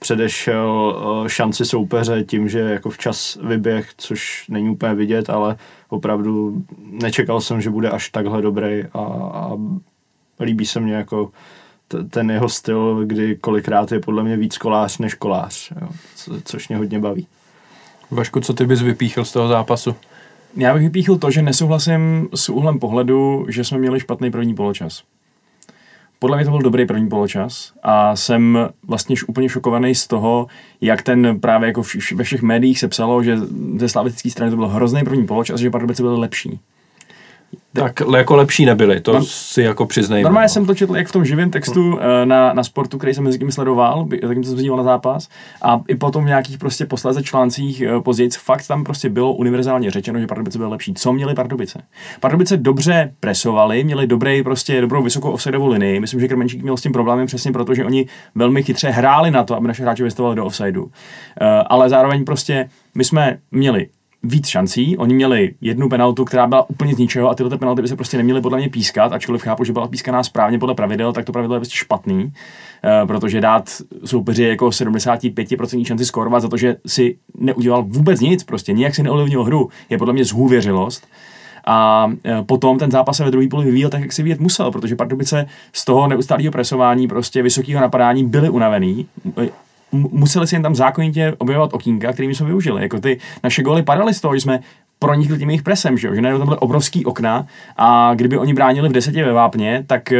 předešel šanci soupeře tím, že jako včas vyběh, což není úplně vidět, ale opravdu nečekal jsem, že bude až takhle dobrý a líbí se mně jako ten jeho styl, kdy kolikrát je podle mě víc kolář než kolář, jo, což mě hodně baví. Vašku, co ty bys vypíchl z toho zápasu? Já bych vypíchl to, že nesouhlasím s úhlem pohledu, že jsme měli špatný první poločas. Podle mě to byl dobrý první poločas a jsem vlastně úplně šokovaný z toho, jak ten právě jako ve všech médiích se psalo, že ze slavistické strany to byl hrozný první poločas, že Pardubice byly lepší. Tak jako lepší nebyly, to si jako přiznejme. Normálně jsem to četl jak v tom živém textu na Sportu, který jsem mezi tím sledoval, takým jsem se díval na zápas a i potom v nějakých prostě posléze článcích později fakt tam prostě bylo univerzálně řečeno, že Pardubice byly lepší. Co měli Pardubice? Pardubice dobře presovali, měli dobrou vysokou offsideovou linii. Myslím, že Krmenčík měl s tím problémem přesně proto, že oni velmi chytře hráli na to, aby naše hráči vystavovali do offsideu. Ale zároveň prostě my jsme měli víc šancí, oni měli jednu penaltu, která byla úplně z ničeho a tyhle penalty by se prostě neměly podle mě pískat, ačkoliv chápu, že byla pískaná správně podle pravidel, tak to pravidlo je prostě špatný, protože dát soupeři jako 75% šanci skórovat za to, že si neudělal vůbec nic, prostě nijak si neovlivnil hru, je podle mě zhůvěřilost. A potom ten zápas se ve druhé půli vyvíjel tak, jak se vyvíjet musel, protože Pardubice z toho neustálého presování, prostě vysokého napadání byli unavený. Museli si jen tam zákonitě objevovat okýnka, kterými jsme využili. Jako ty naše góly padaly z toho, že jsme pronikli tím jejich presem, že najednou tam byly obrovský okna a kdyby oni bránili v 10 ve vápně, tak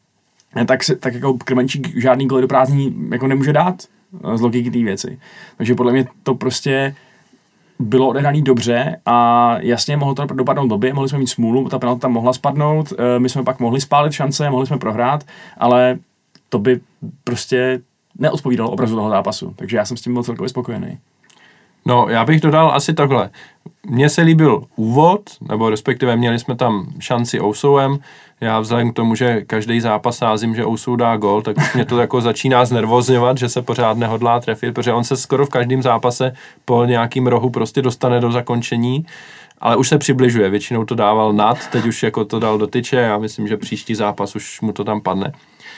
jako Krmenčík žádný gól do prázdní jako nemůže dát z logiky té věci. Takže podle mě to prostě bylo odehraný dobře a jasně mohlo to dopadnout blbě, mohli jsme mít smůlu, ta penalta tam mohla spadnout, my jsme pak mohli spálit šance, mohli jsme prohrát, ale to by prostě neodpovídalo obrazu toho zápasu, takže já jsem s tím byl celkově spokojený. No, já bych dodal asi takhle. Mně se líbil úvod, nebo respektive měli jsme tam šanci Ousouem. Já vzhledem k tomu, že každý zápas sázím, že Ousou dá gol, tak už mě to jako začíná znervozňovat, že se pořád nehodlá trefit, protože on se skoro v každém zápase po nějakým rohu prostě dostane do zakončení, ale už se přibližuje. Většinou to dával nad, teď už jako to dal do tyče, já myslím, že příští zápas už mu to tam padne.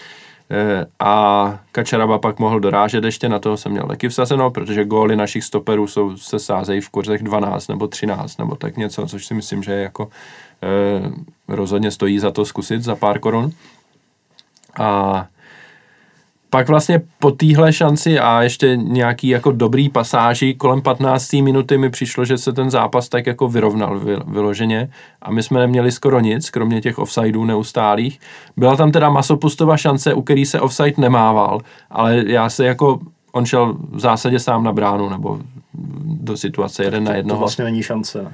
A Kačaraba pak mohl dorážet ještě, na toho jsem měl taky vsazeno, protože góly našich stoperů se sázejí v kurzech 12 nebo 13 nebo tak něco, což si myslím, že jako rozhodně stojí za to zkusit za pár korun. A pak vlastně po téhle šanci a ještě nějaký jako dobrý pasáži kolem 15. minuty mi přišlo, že se ten zápas tak jako vyrovnal vyloženě a my jsme neměli skoro nic, kromě těch offsideů neustálých. Byla tam teda Masopustova šance, u který se offside nemával, ale já se jako, on šel v zásadě sám na bránu, nebo do situace 1-1. To vlastně není šance.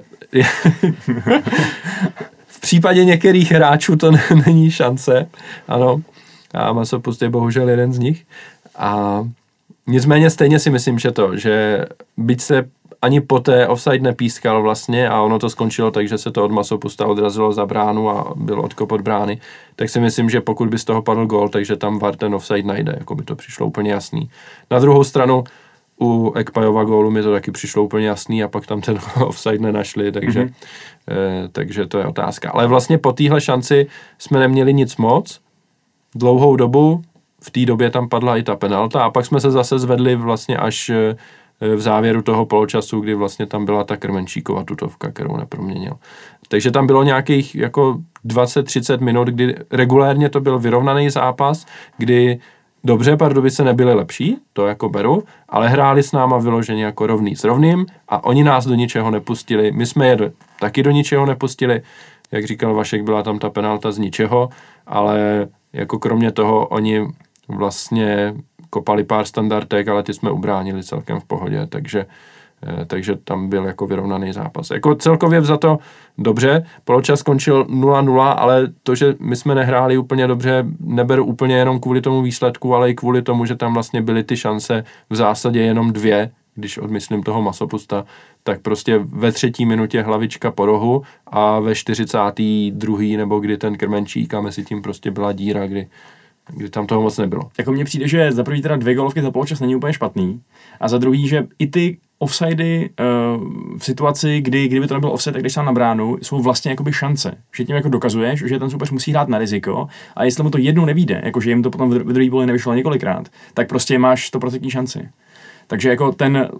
V případě některých hráčů to není šance, ano. A Masopust je bohužel jeden z nich. A nicméně stejně si myslím, že byť se ani poté offside nepískal vlastně a ono to skončilo tak, že se to od Masopusta odrazilo za bránu a byl odkop od brány, tak si myslím, že pokud by z toho padl gól, takže tam VAR ten offside najde, jako by to přišlo úplně jasný. Na druhou stranu u Ekpajova gólu mi to taky přišlo úplně jasný a pak tam ten offside nenašli, takže to je otázka. Ale vlastně po téhle šanci jsme neměli nic moc, dlouhou dobu, v té době tam padla i ta penalta a pak jsme se zase zvedli vlastně až v závěru toho poločasu, kdy vlastně tam byla ta Krmenčíkova tutovka, kterou neproměnil. Takže tam bylo nějakých jako 20-30 minut, kdy regulérně to byl vyrovnaný zápas, kdy dobře, Pardubice nebyly lepší, to jako beru, ale hráli s náma vyloženě jako rovný s rovným a oni nás do ničeho nepustili. My jsme je taky do ničeho nepustili, jak říkal Vašek, byla tam ta penalta z ničeho, ale jako kromě toho oni vlastně kopali pár standardek, ale ty jsme ubránili celkem v pohodě, takže tam byl jako vyrovnaný zápas. Jako celkově vzato dobře, poločas skončil 0-0, ale to, že my jsme nehráli úplně dobře, neberu úplně jenom kvůli tomu výsledku, ale i kvůli tomu, že tam vlastně byly ty šance v zásadě jenom 2, když odmyslím toho Masopusta, tak prostě ve 3. minutě hlavička po rohu a ve 42. nebo kdy ten Krmenčík a mezi tím prostě byla díra, kdy tam toho moc nebylo. Jako mně přijde, že za první teda 2 gólovky za poločas není úplně špatný a za druhý, že i ty offsidy v situaci, kdyby to nebyl offset, tak když sám na bránu, jsou vlastně jakoby šance. Že tím jako dokazuješ, že ten soupeř musí hrát na riziko a jestli mu to jednou nevyjde, jakože jim to potom v druhé poli nevyšlo několikrát, tak prostě máš 100% šanci. Takže jako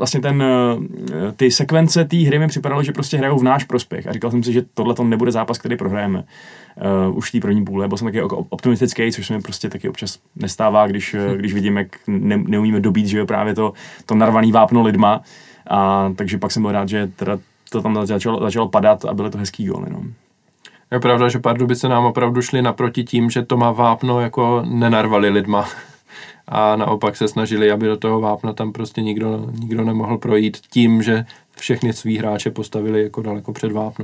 ty sekvence té hry mi připadalo, že prostě hrajou v náš prospěch a říkal jsem si, že tohle to nebude zápas, který prohrajeme už v té první půle, byl jsem taky jako optimistický, což se mi prostě taky občas nestává, když vidím, jak neumíme dobít, že jo, právě to narvaný vápno lidma, a takže pak jsem byl rád, že teda to tam začalo padat a byly to hezký góly, no. Je pravda, že Pardubice nám opravdu šli naproti tím, že to má vápno jako nenarvali lidma. A naopak se snažili, aby do toho vápna tam prostě nikdo nemohl projít tím, že všechny svý hráče postavili jako daleko před vápno.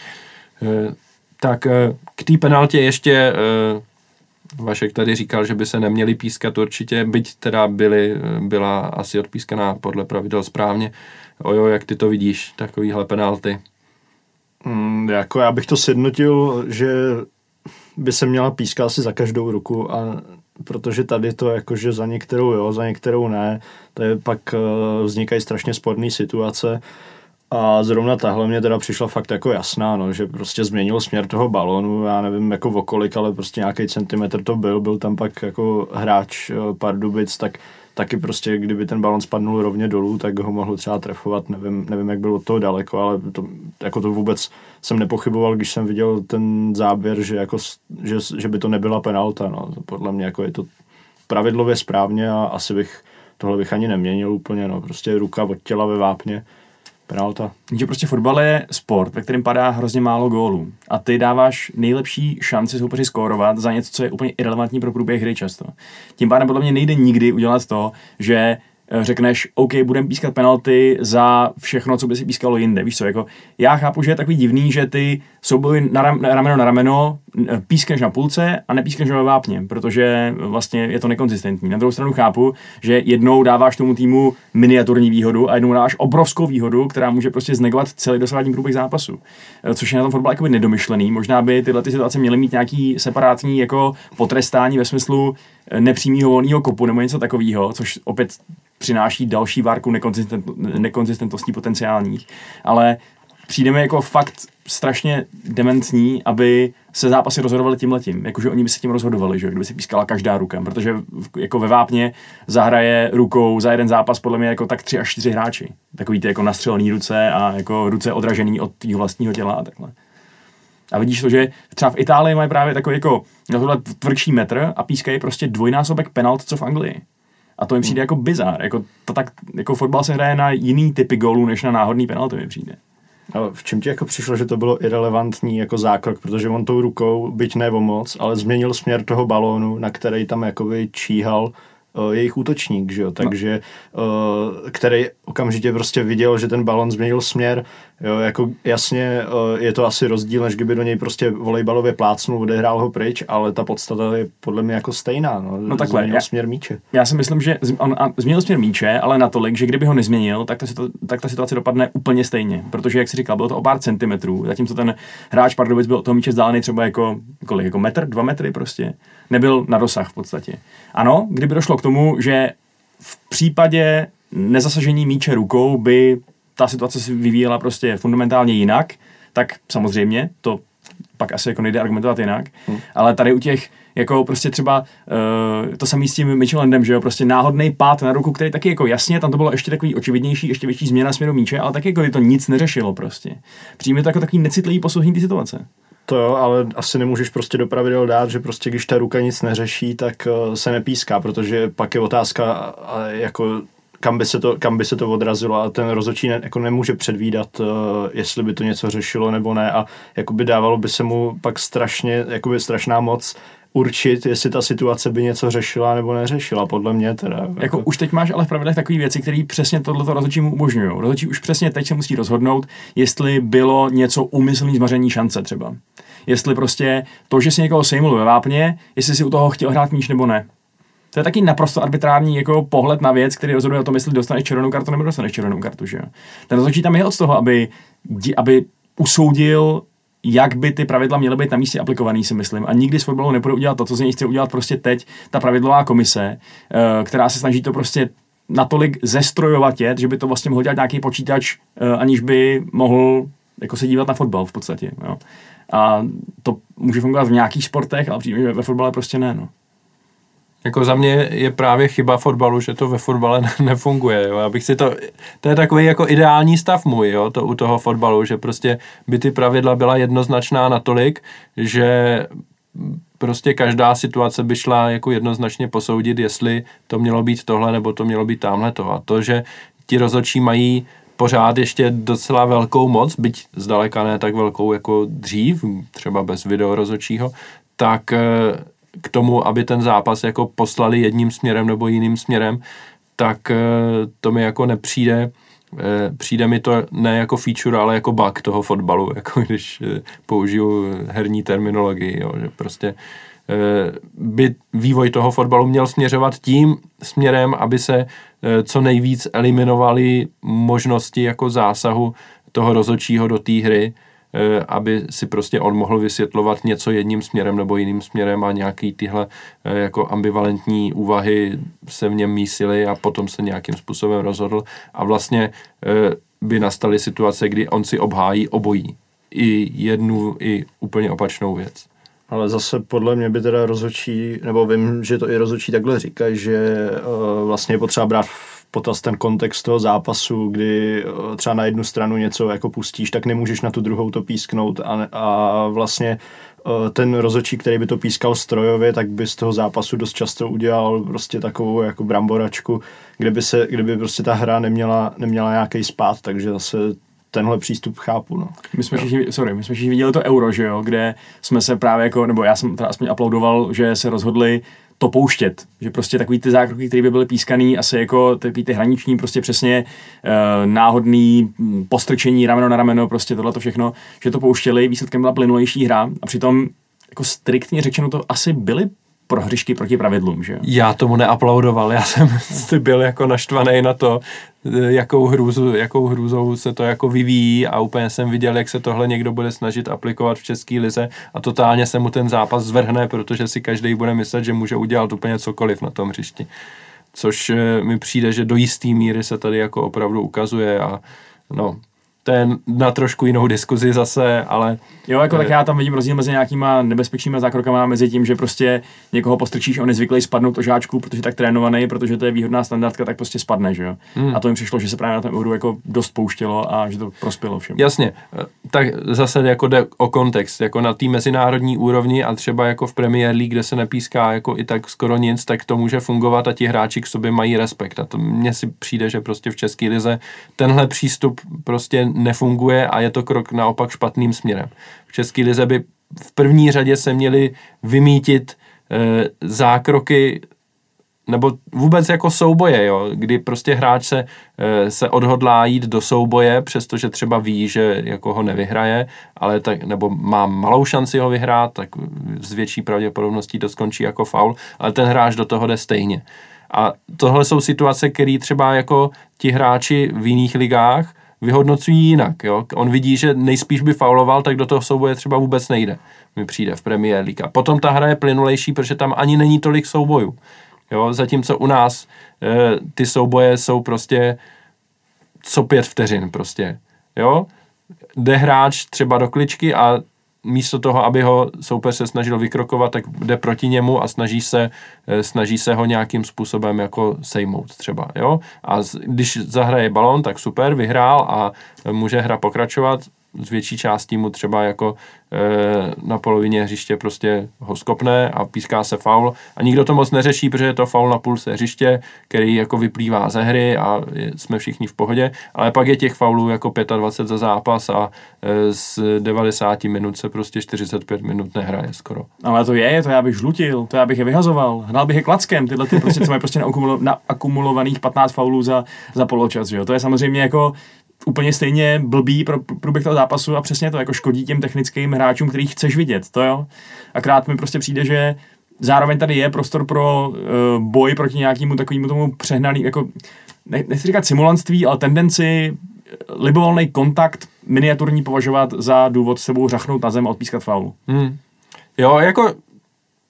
Tak k té penaltě ještě Vašek tady říkal, že by se neměli pískat určitě, byť teda byla asi odpískaná podle pravidel správně. Ojo, jak ty to vidíš, takovýhle penalty? Jako já bych to sjednotil, že by se měla pískat asi za každou ruku, a protože tady to jakože za některou jo, za některou ne, to je pak vznikají strašně sporné situace a zrovna tahle mě teda přišla fakt jako jasná, no, že prostě změnil směr toho balónu, já nevím jako okolik, ale prostě nějaký centimetr to byl tam pak jako hráč Pardubic, tak taky prostě, kdyby ten balón spadnul rovně dolů, tak ho mohl třeba trefovat, nevím, jak bylo od toho daleko, ale to vůbec jsem nepochyboval, když jsem viděl ten záběr, že by to nebyla penalta, no. Podle mě jako je to pravidlově správně a asi tohle bych ani neměnil úplně, no. Prostě ruka od těla ve vápně, penalta. Že prostě fotbal je sport, ve kterém padá hrozně málo gólů. A ty dáváš nejlepší šanci soupeři skórovat za něco, co je úplně irelevantní pro průběh hry často. Tím pádem podle mě nejde nikdy udělat to, že řekneš, OK, budeme pískat penalty za všechno, co by si pískalo jinde. Víš co, jako já chápu, že je takový divný, že ty souboj rameno na rameno pískneš na půlce a nepískneš na vápně, protože vlastně je to nekonzistentní. Na druhou stranu chápu, že jednou dáváš tomu týmu miniaturní výhodu a jednou dáváš obrovskou výhodu, která může prostě znegovat celý dosavadní průběh zápasu. Což je na tom fotbal jakoby nedomyšlený. Možná by tyhle ty situace měly mít nějaký separátní jako potrestání ve smyslu nepřímého volného kopu nebo něco takového, což opět přináší další várku nekonzistentností potenciálních, ale přijdeme jako fakt strašně dementní, aby se zápasy rozhodovaly tímhletím, jakože oni by se tím rozhodovali, že kdyby se pískala každá ruka, protože jako ve vápně zahraje rukou za jeden zápas podle mě jako tak 3 až 4 hráči, takový ty jako nastřelený ruce a jako ruce odražený od tvýho vlastního těla a takhle. A vidíš to, že třeba v Itálii mají právě takový jako na tohle tvrdší metr a pískají prostě dvojnásobek penalt, co v Anglii. A to mi přijde jako bizár. Jako fotbal se hraje na jiný typy gólů, než na náhodný penalty mi přijde. Ale v čem ti jako přišlo, že to bylo irelevantní jako zákrok, protože on tou rukou, byť ne o moc, ale změnil směr toho balónu, na který tam jakoby číhal jejich útočník, že jo, takže který okamžitě prostě viděl, že ten balon změnil směr, jo, jako jasně je to asi rozdíl, než kdyby do něj prostě volejbalově plácnul, odehrál ho pryč, ale ta podstata je podle mě jako stejná, no takhle, změnil směr míče. Já si myslím, že on změnil směr míče, ale natolik, že kdyby ho nezměnil, tak ta situace dopadne úplně stejně, protože jak jsi říkal, bylo to o pár centimetrů, zatímco ten hráč Pardubic byl od toho míče vzdálený třeba jako metr, 2 metry prostě, nebyl na dosah v podstatě. Ano, kdyby došlo k tomu, že v případě nezasažení míče rukou by ta situace se vyvíjela prostě fundamentálně jinak, tak samozřejmě to pak asi jako nejde argumentovat jinak, ale tady u těch jako prostě třeba to samý s tím Mitchellandem, že jo, prostě náhodný pád na ruku, který taky jako jasně, tam to bylo ještě takový očividnější, ještě větší změna směru míče, ale taky jako to nic neřešilo prostě. Přijme to jako takový necitlivý posouhní ty situace. To jo, ale asi nemůžeš prostě do pravidel dát, že prostě když ta ruka nic neřeší, tak se nepíská, protože pak je otázka jako kam by se to odrazilo a ten rozhodčí jako nemůže předvídat, jestli by to něco řešilo nebo ne a jakoby dávalo by se mu pak strašná moc určit, jestli ta situace by něco řešila nebo neřešila, podle mě teda. Jako už teď máš ale v pravidlech takové věci, které přesně tohleto rozhodčímu umožňují. Rozhodčí už přesně teď se musí rozhodnout, jestli bylo něco úmyslný zmaření šance třeba. Jestli prostě to, že si někoho sejmul ve vápně, jestli si u toho chtěl hrát míč nebo ne. To je taky naprosto arbitrární jako pohled na věc, který rozhoduje o tom, jestli dostaneš červenou kartu nebo dostaneš červenou kartu, že jo. Ten rozhodčí tam je od toho, aby usoudil, jak by ty pravidla měly být na místě aplikovaný, si myslím. A nikdy z fotbalu nepůjde udělat to, co z něj chce udělat prostě teď ta pravidlová komise, která se snaží to prostě natolik zestrojovat, že by to vlastně mohl dělat nějaký počítač, aniž by mohl jako se dívat na fotbal v podstatě. Jo. A to může fungovat v nějakých sportech, ale přijde, že ve fotbale prostě ne. No. Jako za mě je právě chyba fotbalu, že to ve fotbale nefunguje, jo. Abych si to je takový jako ideální stav můj, jo, to u toho fotbalu, že prostě by ty pravidla byla jednoznačná natolik, že prostě každá situace by šla jako jednoznačně posoudit, jestli to mělo být tohle, nebo to mělo být tamhleto. A to, že ti rozhodčí mají pořád ještě docela velkou moc, byť zdaleka ne tak velkou jako dřív, třeba bez videorozhodčího, tak k tomu, aby ten zápas jako poslali jedním směrem nebo jiným směrem, tak to mi jako nepřijde. Přijde mi to ne jako feature, ale jako bug toho fotbalu, jako když použiju herní terminologii, jo, že prostě by vývoj toho fotbalu měl směřovat tím směrem, aby se co nejvíc eliminovaly možnosti jako zásahu toho rozhodčího do té hry, aby si prostě on mohl vysvětlovat něco jedním směrem nebo jiným směrem a nějaký tyhle jako ambivalentní úvahy se v něm mísily a potom se nějakým způsobem rozhodl a vlastně by nastaly situace, kdy on si obhájí obojí. I jednu, i úplně opačnou věc. Ale zase podle mě by teda rozhodčí, nebo vím, že to i rozhodčí takhle říkají, že vlastně je potřeba brát v potaz ten kontext toho zápasu, kdy třeba na jednu stranu něco jako pustíš, tak nemůžeš na tu druhou to písknout a vlastně ten rozhodčí, který by to pískal strojově, tak by z toho zápasu dost často udělal prostě takovou jako bramboračku, kde by prostě ta hra neměla nějaký spád, takže zase tenhle přístup chápu, no. My jsme všichni viděli to Euro, že jo, kde jsme se právě jako, nebo já jsem teda aspoň aplaudoval, že se rozhodli to pouštět, že prostě takový ty zákroky, které by byly pískaný, asi jako takový ty hraniční, prostě přesně náhodný postrčení rameno na rameno, prostě tohleto všechno, že to pouštěli, výsledkem byla plynulejší hra a přitom jako striktně řečeno to asi byly prohřišky proti pravidlům, že jo? Já tomu neaplaudoval, já jsem byl jako naštvaný na to, jakou hrůzou se to jako vyvíjí a úplně jsem viděl, jak se tohle někdo bude snažit aplikovat v české lize a totálně se mu ten zápas zvrhne, protože si každý bude myslet, že může udělat úplně cokoliv na tom hřišti. Což mi přijde, že do jistý míry se tady jako opravdu ukazuje a no, to je na trošku jinou diskuzi zase, ale... Jo, jako tak já tam vidím rozdíl mezi nějakýma nebezpečnýma zákrokama, mezi tím, že prostě někoho postrčíš, on je zvyklý spadnout o žáčku, protože tak trénovaný, protože to je výhodná standardka, tak prostě spadne, že jo. A to jim přišlo, že se právě na tom Euru jako dost pouštělo a že to prospělo všem. Jasně, tak zase jako jde o kontext, jako na té mezinárodní úrovni a třeba jako v Premier League, kde se nepíská jako i tak skoro nic, tak to může fungovat a ti hráči k sobě mají respekt. A to mně si přijde, že prostě v české lize tenhle přístup prostě nefunguje a je to krok naopak špatným směrem. V české lize by v první řadě se měly vymítit zákroky nebo vůbec jako souboje, jo, kdy prostě hráč se odhodlá jít do souboje, přestože třeba ví, že jako ho nevyhraje, ale tak, nebo má malou šanci ho vyhrát, tak s větší pravděpodobností to skončí jako faul, ale ten hráč do toho jde stejně. A tohle jsou situace, které třeba jako ti hráči v jiných ligách vyhodnocují jinak. Jo? On vidí, že nejspíš by fauloval, tak do toho souboje třeba vůbec nejde. Mi přijde v Premier League. A potom ta hra je plynulejší, protože tam ani není tolik soubojů. Jo? Zatímco u nás ty souboje jsou prostě co 5 vteřin prostě. Jo? Jde hráč třeba do kličky a místo toho, aby ho soupeř se snažil vykrokovat, tak jde proti němu a snaží se ho nějakým způsobem jako sejmout třeba, jo. A když zahraje balón, tak super, vyhrál a může hra pokračovat. Z větší částí mu třeba jako na polovině hřiště prostě ho skopne a píská se faul a nikdo to moc neřeší, protože je to faul na půlce hřiště, který jako vyplývá ze hry a jsme všichni v pohodě, ale pak je těch faulů jako 25 za zápas a z 90 minut se prostě 45 minut nehraje skoro. Ale to já bych žlutil, to já bych je vyhazoval, hrál bych je klackem, tyhle ty prostě, co mají prostě na akumulovaných 15 faulů za poločas, že jo, to je samozřejmě jako úplně stejně blbý pro průběh toho zápasu a přesně to jako škodí těm technickým hráčům, který chceš vidět, to jo. Akrát mi prostě přijde, že zároveň tady je prostor pro boj proti nějakému takovému tomu přehnaný, jako nechci říkat simulantství, ale tendenci libovolný kontakt miniaturní považovat za důvod s sebou řachnout na zem a odpískat faulu. Jo, jako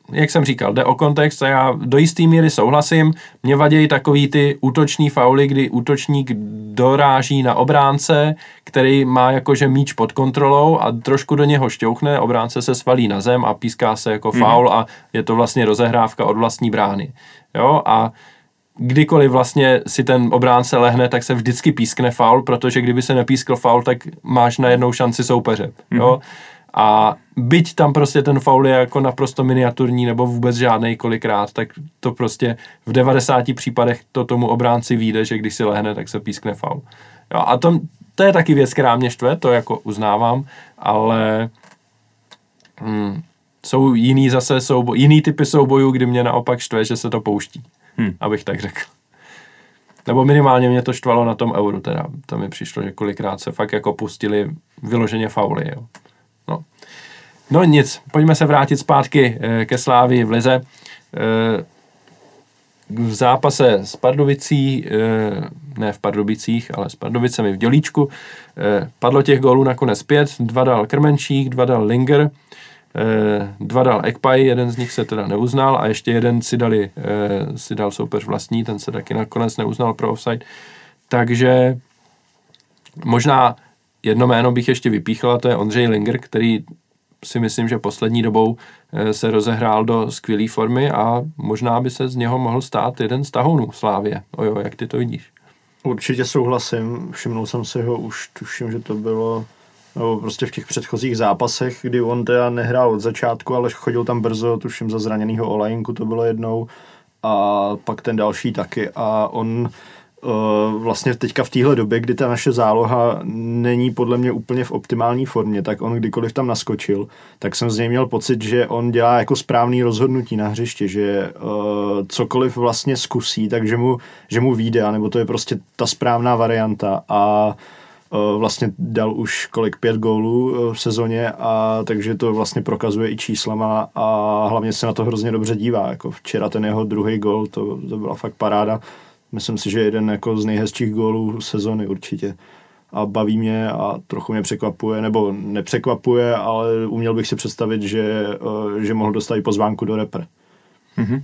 jak jsem říkal, jde o kontext a já do jistý míry souhlasím. Mě vadí takový ty útoční fauly, kdy útočník doráží na obránce, který má jakože míč pod kontrolou a trošku do něho šťouchne, obránce se svalí na zem a píská se jako faul a je to vlastně rozehrávka od vlastní brány. Jo, a kdykoliv vlastně si ten obránce lehne, tak se vždycky pískne faul, protože kdyby se nepískl faul, tak máš najednou šanci soupeře. Jo? A byť tam prostě ten faul je jako naprosto miniaturní nebo vůbec žádnej kolikrát, tak to prostě v 90 případech to tomu obránci vyjde, že když si lehne, tak se pískne faul. Jo? A to je taky věc, která mě štve, to jako uznávám, ale jsou jiný typy soubojů, kdy mě naopak štve, že se to pouští. Abych tak řekl. Nebo minimálně mě to štvalo na tom Euru, teda. To mi přišlo, že kolikrát se fakt jako pustili vyloženě fauly, jo. No nic, pojďme se vrátit zpátky ke Slávii v lize. V zápase s Pardubicí, ne v Pardubicích, ale s Pardubicemi v Dělíčku, padlo těch gólů nakonec 5, 2 dal Krmenčík, 2 dal Linger, 2 dal Ekpaj, jeden z nich se teda neuznal a ještě jeden si dal soupeř vlastní, ten se taky nakonec neuznal pro offside. Takže možná jedno jméno bych ještě vypíchl, a to je Ondřej Linger, který si myslím, že poslední dobou se rozehrál do skvělé formy a možná by se z něho mohl stát jeden z tahounů Slávie. Ojo, jak ty to vidíš? Určitě souhlasím, všimnul jsem si ho už, tuším, že to bylo prostě v těch předchozích zápasech, kdy on teda nehrál od začátku, ale chodil tam brzo, tuším za zraněnýho Olajinku to bylo jednou a pak ten další taky a on vlastně teďka v téhle době, kdy ta naše záloha není podle mě úplně v optimální formě, tak on kdykoliv tam naskočil, tak jsem z něj měl pocit, že on dělá jako správný rozhodnutí na hřišti, že cokoliv vlastně zkusí, takže že mu vyjde, nebo to je prostě ta správná varianta a vlastně dal už 5 gólů v sezóně a takže to vlastně prokazuje i číslama a hlavně se na to hrozně dobře dívá, jako včera ten jeho druhý gól, to byla fakt paráda. Myslím si, že jeden jako z nejhezčích gólů sezony určitě. A baví mě a trochu mě překvapuje, nebo nepřekvapuje, ale uměl bych si představit, že mohl dostat i pozvánku do repre. Mm-hmm.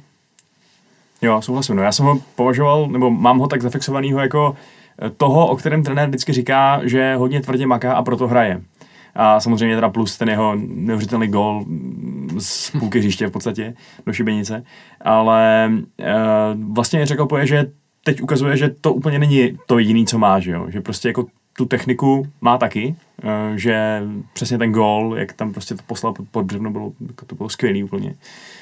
Jo, souhlasím. No, já jsem ho považoval, nebo mám ho tak zafixovanýho jako toho, o kterém trenér vždycky říká, že hodně tvrdě maká a proto hraje. A samozřejmě teda plus ten jeho neuvěřitelný gól z půlky hřiště v podstatě do šibenice. Ale vlastně řekl poje, že teď ukazuje, že to úplně není to jediný, co má, že jo? Že prostě jako tu techniku má taky, že přesně ten gól, jak tam prostě to poslal pod břevno, to bylo skvělý úplně.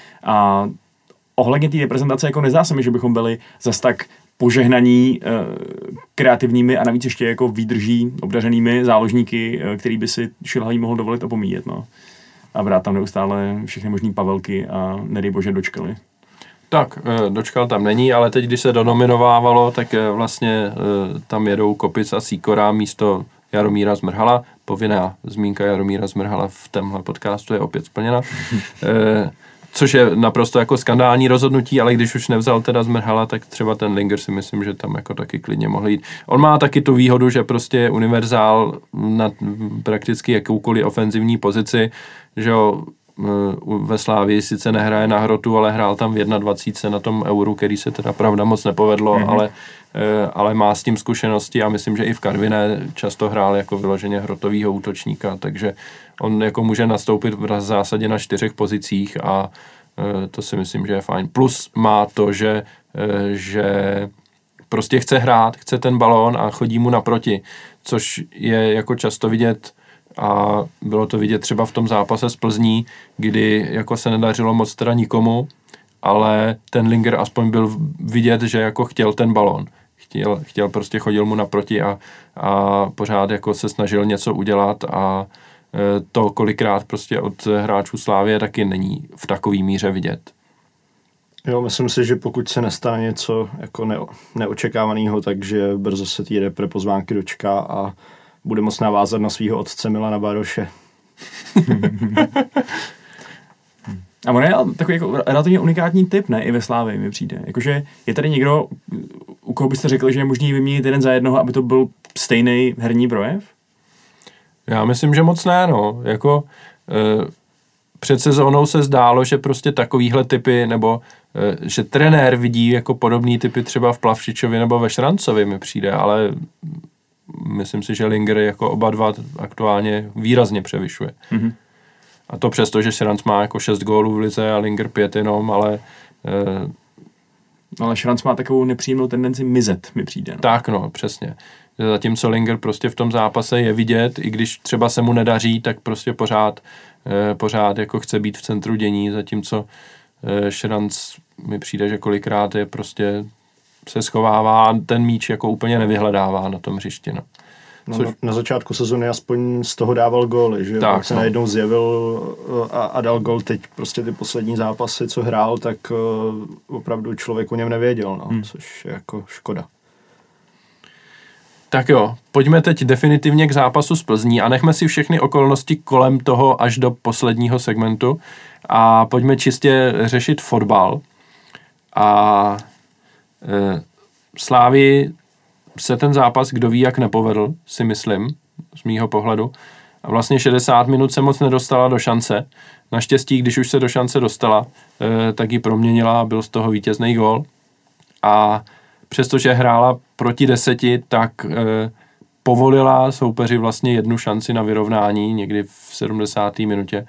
A ohledně té reprezentace jako nezdá se mi, že bychom byli zas tak požehnaní kreativními a navíc ještě jako výdrží obdařenými záložníky, který by si Šilhavý mohl dovolit opomíjet, no. A brát tam neustále všechny možný Pavelky a nedej bože dočkali. Tak, dočkal tam není, ale teď, když se donominovávalo, tak vlastně tam jedou Kopic a Sýkora místo Jaromíra Zmrhala. Povinná zmínka Jaromíra Zmrhala v tomhle podcastu je opět splněna. Což je naprosto jako skandální rozhodnutí, ale když už nevzal teda Zmrhala, tak třeba ten Linger si myslím, že tam jako taky klidně mohl jít. On má taky tu výhodu, že prostě je univerzál na prakticky jakoukoliv ofenzivní pozici, že jo, ve Slávii sice nehraje na hrotu, ale hrál tam v 21 na tom Euru, který se teda pravda moc nepovedlo, ale má s tím zkušenosti a myslím, že i v Karviné často hrál jako vyloženě hrotovýho útočníka, takže on jako může nastoupit v zásadě na 4 pozicích a to si myslím, že je fajn. Plus má to, že prostě chce hrát, chce ten balón a chodí mu naproti, což je jako často vidět a bylo to vidět třeba v tom zápase s Plzní, kdy jako se nedařilo moc teda nikomu, ale ten Linger aspoň byl vidět, že jako chtěl ten balón. Chtěl prostě, chodil mu naproti a pořád jako se snažil něco udělat a to kolikrát prostě od hráčů Slávie taky není v takový míře vidět. Jo, myslím si, že pokud se nestane něco jako neočekávaného, takže brzo se té repre pozvánky dočká a bude moc navázat na svého otce Milana Baroše. A on je takový jako relativně unikátní typ, ne? I ve Slávii mi přijde. Jakože je tady někdo, u koho byste řekli, že je možný vyměnit jeden za jednoho, aby to byl stejný herní projev? Já myslím, že moc ne, no. Jako, před sezónou se zdálo, že prostě takovýhle typy, nebo že trenér vidí jako podobný typy třeba v Plavšičovi nebo ve Šrancovi mi přijde, ale myslím si, že Linger jako oba dva aktuálně výrazně převyšuje. Mm-hmm. A to přesto, že Šranc má jako 6 gólů v lize a Linger 5 jenom, ale... Ale Šranc má takovou nepříjemnou tendenci mizet, mi přijde. No. Tak no, přesně. Zatímco Linger prostě v tom zápase je vidět, i když třeba se mu nedaří, tak prostě pořád jako chce být v centru dění, zatímco Šranc mi přijde, že kolikrát je prostě se schovává a ten míč jako úplně nevyhledává na tom hřišti. No. Na začátku sezóny aspoň z toho dával góly, že tak se najednou zjevil a dal gól. Teď prostě ty poslední zápasy, co hrál, tak opravdu člověk o něm nevěděl, no, což je jako škoda. Tak jo, pojďme teď definitivně k zápasu s Plzní a nechme si všechny okolnosti kolem toho až do posledního segmentu a pojďme čistě řešit fotbal. A Slávii se ten zápas, kdo ví, jak nepovedl, si myslím, z mýho pohledu. A vlastně 60 minut se moc nedostala do šance. Naštěstí, když už se do šance dostala, tak ji proměnila a byl z toho vítězný gól. A přestože hrála proti 10, tak povolila soupeři vlastně jednu šanci na vyrovnání někdy v 70. minutě.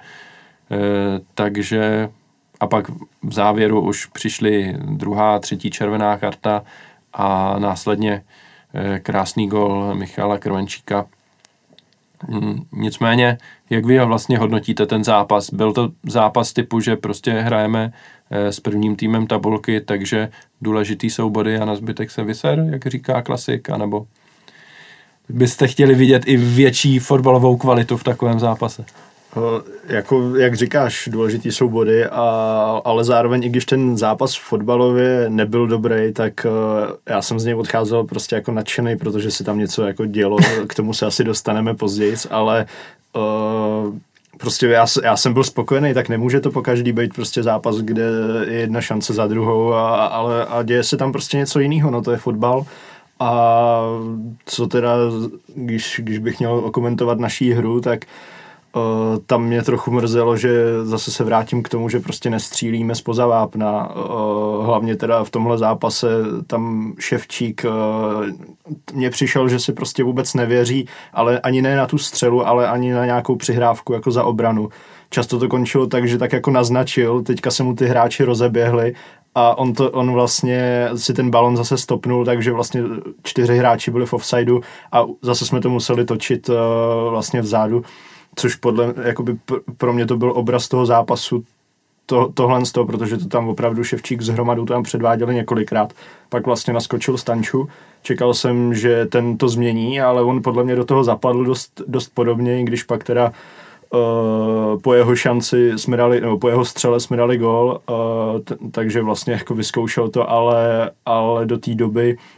Takže a pak v závěru už přišly druhá, třetí červená karta a následně krásný gól Michala Krvenčíka. Nicméně, jak vy vlastně hodnotíte ten zápas? Byl to zápas typu, že prostě hrajeme s prvním týmem tabulky, takže důležitý jsou body a na zbytek se vyser, jak říká klasik, anebo byste chtěli vidět i větší fotbalovou kvalitu v takovém zápase? Jako, jak říkáš, důležitý jsou body, ale zároveň, i když ten zápas fotbalově nebyl dobrý, tak já jsem z něj odcházel prostě jako nadšený, protože se tam něco jako dělo, k tomu se asi dostaneme později, ale prostě já jsem byl spokojený, tak nemůže to pokaždý být prostě zápas, kde je jedna šance za druhou, ale děje se tam prostě něco jiného, no to je fotbal. A co teda, když bych měl okomentovat naší hru, tak tam mě trochu mrzelo, že zase se vrátím k tomu, že prostě nestřílíme zpoza vápna. Hlavně teda v tomhle zápase tam Ševčík mně přišel, že si prostě vůbec nevěří, ale ani ne na tu střelu, ale ani na nějakou přihrávku jako za obranu. Často to končilo tak, že tak jako naznačil, teďka se mu ty hráči rozeběhli a on vlastně si ten balon zase stopnul, takže vlastně 4 hráči byli v offsideu a zase jsme to museli točit vlastně vzadu. Což jakoby pro mě to byl obraz toho zápasu, tohle z toho, protože to tam opravdu Ševčík s Hromadou tam předváděli několikrát. Pak vlastně naskočil Stanču. Čekal jsem, že ten to změní, ale on podle mě do toho zapadl dost podobně, když pak teda po jeho šanci jsme dali, nebo po jeho střele jsme dali gól, takže vlastně jako vyzkoušel to, ale do té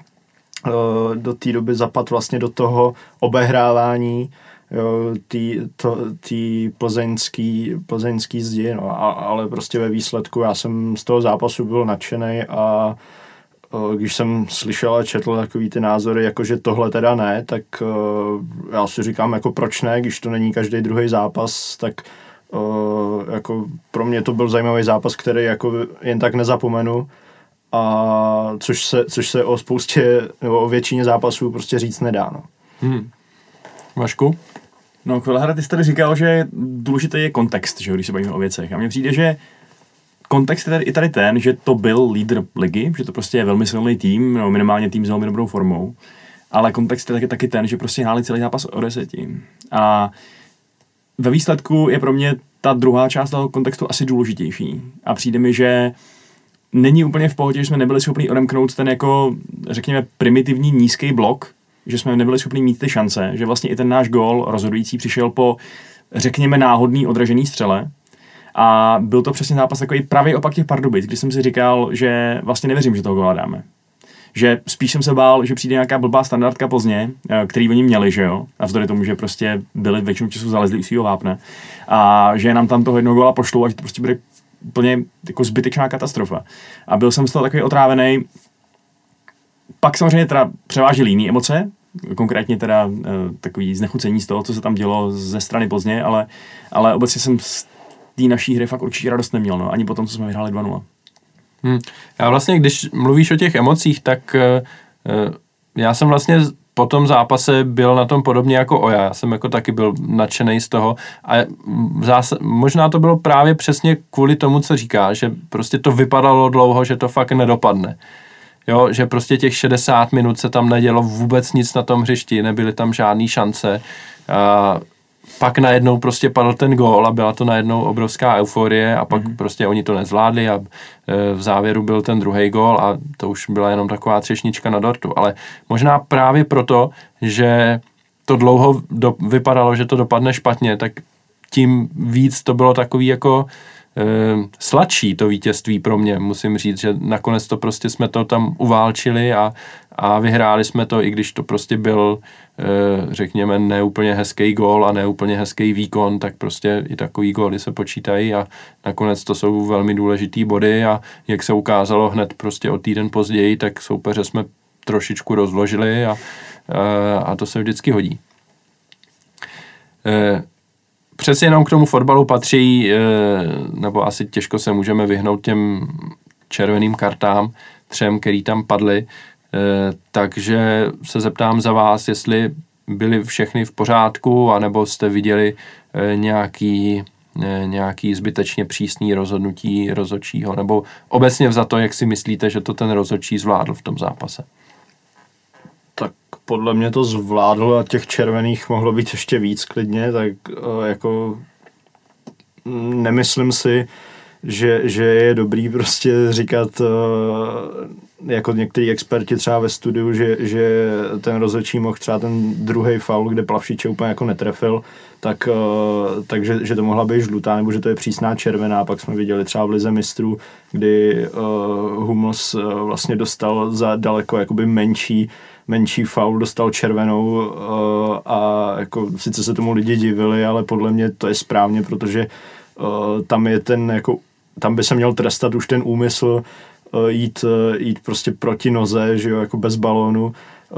doby zapad vlastně do toho obehrávání tý plzeňský zdi, no, ale prostě ve výsledku já jsem z toho zápasu byl nadšenej a když jsem slyšel a četl takový ty názory, jakože tohle teda ne, tak já si říkám, jako proč ne, když to není každý druhý zápas, tak jako pro mě to byl zajímavý zápas, který jako jen tak nezapomenu, a což se o spoustě nebo o většině zápasů prostě říct nedá, no. Vašku? No, Kvelhara, ty jsi tady říkal, že důležitý je kontext, že, když se bavíme o věcech. A mně přijde, že kontext je tady ten, že to byl lídr ligy, že to prostě je velmi silný tým, nebo minimálně tým s velmi dobrou formou. Ale kontext je taky ten, že prostě hráli celý zápas o 10. A ve výsledku je pro mě ta druhá část toho kontextu asi důležitější. A přijde mi, že není úplně v pohodě, že jsme nebyli schopni odemknout ten jako, řekněme, primitivní nízký blok, že jsme nebyli schopni mít ty šance, že vlastně i ten náš gól rozhodující přišel po, řekněme, náhodný odražený střele. A byl to přesně zápas takový pravý opak těch Pardubic, kdy jsem si říkal, že vlastně nevěřím, že toho góla dáme. Že spíš jsem se bál, že přijde nějaká blbá standardka Plzně, který oni měli, že jo, a vzdory tomu, že prostě byli většinu času zalezli u svýho vápne, a že nám tam toho jednoho góla pošlou a že to prostě bude úplně jako zbytečná katastrofa. A byl jsem z toho takový otrávený. Pak samozřejmě teda převážily jiné emoce, konkrétně teda takový znechucení z toho, co se tam dělo ze strany Plzně, ale obecně jsem té naší hry fakt určitě radost neměl, no, ani potom, co jsme vyhráli 2-0. Já vlastně, když mluvíš o těch emocích, tak já jsem vlastně po tom zápase byl na tom podobně jako Oja. Já jsem jako taky byl nadšený z toho a možná to bylo právě přesně kvůli tomu, co říká, že prostě to vypadalo dlouho, že to fakt nedopadne. Jo, že prostě těch 60 minut se tam nedělo vůbec nic na tom hřišti, nebyly tam žádný šance. Pak najednou prostě padl ten gól a byla to najednou obrovská euforie a pak prostě oni to nezvládli a v závěru byl ten druhý gól a to už byla jenom taková třešnička na dortu. Ale možná právě proto, že to dlouho vypadalo, že to dopadne špatně, tak tím víc to bylo takový jako sladší to vítězství pro mě. Musím říct, že nakonec to prostě jsme to tam uválčili a vyhráli jsme to, i když to prostě byl, řekněme, neúplně hezký gól a neúplně hezký výkon, tak prostě i takový góly se počítají a nakonec to jsou velmi důležitý body a jak se ukázalo hned prostě o týden později, tak soupeře jsme trošičku rozložili a to se vždycky hodí. Přeci jenom k tomu fotbalu patří, nebo asi těžko se můžeme vyhnout těm červeným kartám, 3, který tam padly, takže se zeptám za vás, jestli byly všechny v pořádku, anebo jste viděli nějaký zbytečně přísný rozhodnutí rozhodčího, nebo obecně vzato, jak si myslíte, že to ten rozhodčí zvládl v tom zápase? Tak podle mě to zvládlo a těch červených mohlo být ještě víc klidně, tak jako nemyslím si, že je dobrý prostě říkat, jako některý experti třeba ve studiu, že ten rozhodčí mohl třeba ten druhý faul, kde Plavšiče úplně jako netrefil, takže to mohla být žlutá, nebo že to je přísná červená. Pak jsme viděli třeba v Lize mistrů, kdy Hummels vlastně dostal za daleko jakoby menší faul, dostal červenou a jako sice se tomu lidi divili, ale podle mě to je správně, protože tam je ten jako, tam by se měl trestat už ten úmysl jít prostě proti noze, že jo, jako bez balónu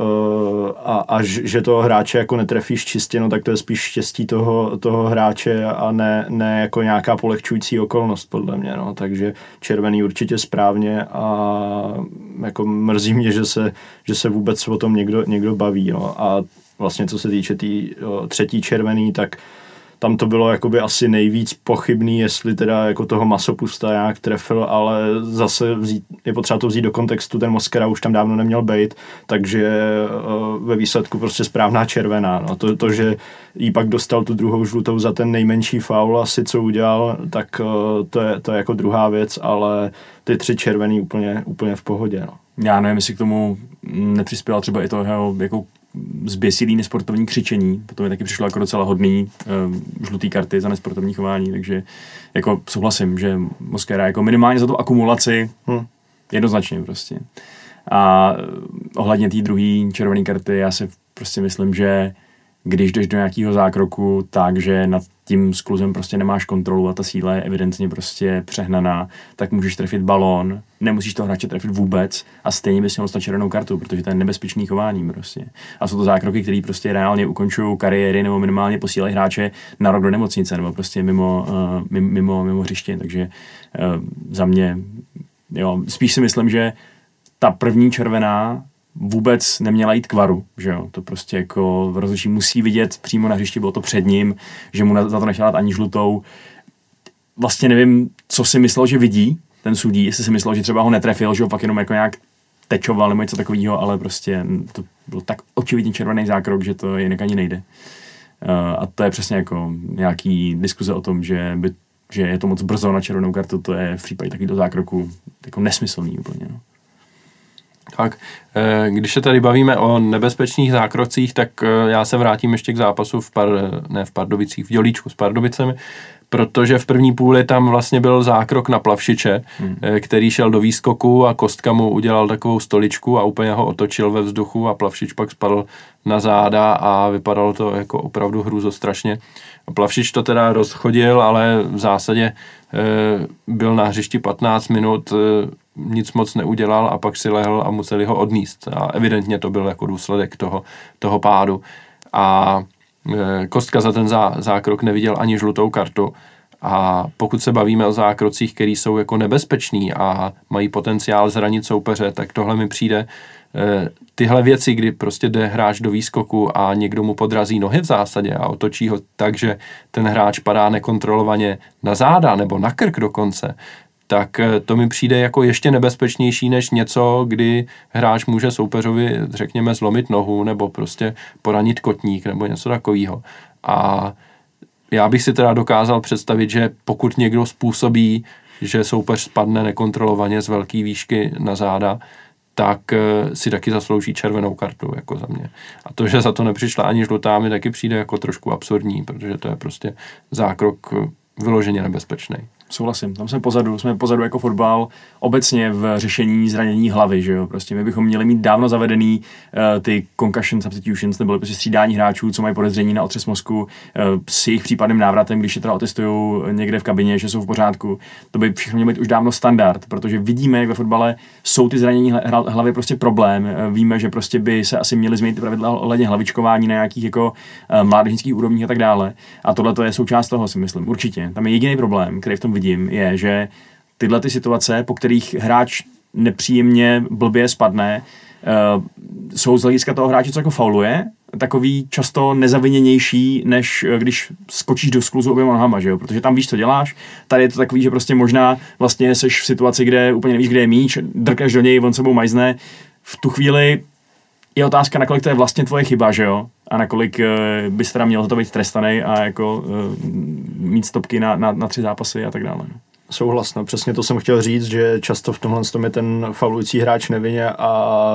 a že toho hráče jako netrefíš čistě, no tak to je spíš štěstí toho hráče a ne jako nějaká polehčující okolnost podle mě, no, takže červený určitě správně a jako mrzí mě, že se vůbec o tom někdo baví, no, a vlastně co se týče té třetí červený, tak tam to bylo jakoby asi nejvíc pochybný, jestli teda jako toho Masopusta nějak trefil, ale zase je potřeba to vzít do kontextu, ten Mosquera už tam dávno neměl být, takže ve výsledku prostě správná červená. No. To, že jí pak dostal tu druhou žlutou za ten nejmenší faul asi, co udělal, tak to je jako druhá věc, ale ty 3 červený úplně v pohodě. No. Já nevím, jestli k tomu nepřispěla třeba i to jeho jako zběsilý nesportovní křičení, potom mi taky přišlo jako docela hodný žlutý karty za nesportovní chování, takže jako souhlasím, že Mosquera jako minimálně za tu akumulaci jednoznačně prostě. A ohledně té druhé červené karty, já si prostě myslím, že když jdeš do nějakého zákroku tak, že nad tím skluzem prostě nemáš kontrolu a ta síla je evidentně prostě přehnaná, tak můžeš trefit balón, nemusíš toho hráče trefit vůbec a stejně bys měl dostat červenou kartu, protože to je nebezpečný chování prostě. A jsou to zákroky, které prostě reálně ukončují kariéry nebo minimálně posílají hráče na rok do nemocnice nebo prostě mimo hřiště, takže za mě, jo, spíš si myslím, že ta první červená vůbec neměla jít k varu, že jo, to prostě jako rozhodčí musí vidět přímo na hřišti, bylo to před ním, že mu za to nechtěla dát ani žlutou. Vlastně nevím, co si myslel, že vidí ten sudí, jestli si myslel, že třeba ho netrefil, že ho pak jenom jako nějak tečoval nebo něco takového, ale prostě to byl tak očividně červený zákrok, že to jinak ani nejde. A to je přesně jako nějaký diskuze o tom, že je to moc brzo na červenou kartu, to je v případě takového zákroku jako nesmyslný úplně, no. Tak, když se tady bavíme o nebezpečných zákrocích, tak já se vrátím ještě k zápasu v Pardubicích, v Dělíčku s Pardubicemi, protože v první půli tam vlastně byl zákrok na Plavšiče, který šel do výskoku a Kostka mu udělal takovou stoličku a úplně ho otočil ve vzduchu a Plavšič pak spadl na záda a vypadalo to jako opravdu hrůzostrašně. Plavšič to teda rozchodil, ale v zásadě byl na hřišti 15 minut, nic moc neudělal a pak si lehl a museli ho odníst. A evidentně to byl jako důsledek toho pádu. A Kostka za ten zákrok neviděl ani žlutou kartu. A pokud se bavíme o zákrocích, které jsou jako nebezpečný a mají potenciál zranit soupeře, tak tohle mi přijde tyhle věci, kdy prostě jde hráč do výskoku a někdo mu podrazí nohy v zásadě a otočí ho tak, že ten hráč padá nekontrolovaně na záda nebo na krk dokonce, tak to mi přijde jako ještě nebezpečnější než něco, kdy hráč může soupeřovi, řekněme, zlomit nohu nebo prostě poranit kotník nebo něco takového. A já bych si teda dokázal představit, že pokud někdo způsobí, že soupeř spadne nekontrolovaně z velké výšky na záda, tak si taky zaslouží červenou kartu, jako za mě. A to, že za to nepřišla ani žlutá, mi taky přijde jako trošku absurdní, protože to je prostě zákrok vyloženě nebezpečný. Souhlasím, tam jsme pozadu jako fotbal obecně v řešení zranění hlavy, že jo, prostě my bychom měli mít dávno zavedený ty concussion substitutions, nebo prostě střídání hráčů, co mají podezření na otřes mozku s jejich případným návratem, když je teda otestujou někde v kabině, že jsou v pořádku. To by všechno mělo být už dávno standard, protože vidíme, jak ve fotbale jsou ty zranění hlavy prostě problém. Víme, že prostě by se asi měly změnit pravidla ohledně hlavičkování na nějakých jako mládežnických úrovních a tak dále. A tohle to je součást toho, si myslím, určitě. Tam je jediný problém, který v tom vidím, je, že tyhle ty situace, po kterých hráč nepříjemně blbě spadne, jsou z hlediska toho hráče, co jako fauluje, takový často nezaviněnější, než když skočíš do skluzu oběma nohama, že jo? Protože tam víš, co děláš. Tady je to takový, že prostě možná vlastně seš v situaci, kde úplně nevíš, kde je míč, drkneš do něj, on sebou majzne. V tu chvíli je otázka, nakolik to je vlastně tvoje chyba, že jo? A nakolik bys teda měl za to být trestanej a jako mít stopky na 3 zápasy a tak dále. No. Souhlasno, přesně to jsem chtěl říct, že často v tomhle tom je ten faulující hráč nevinně a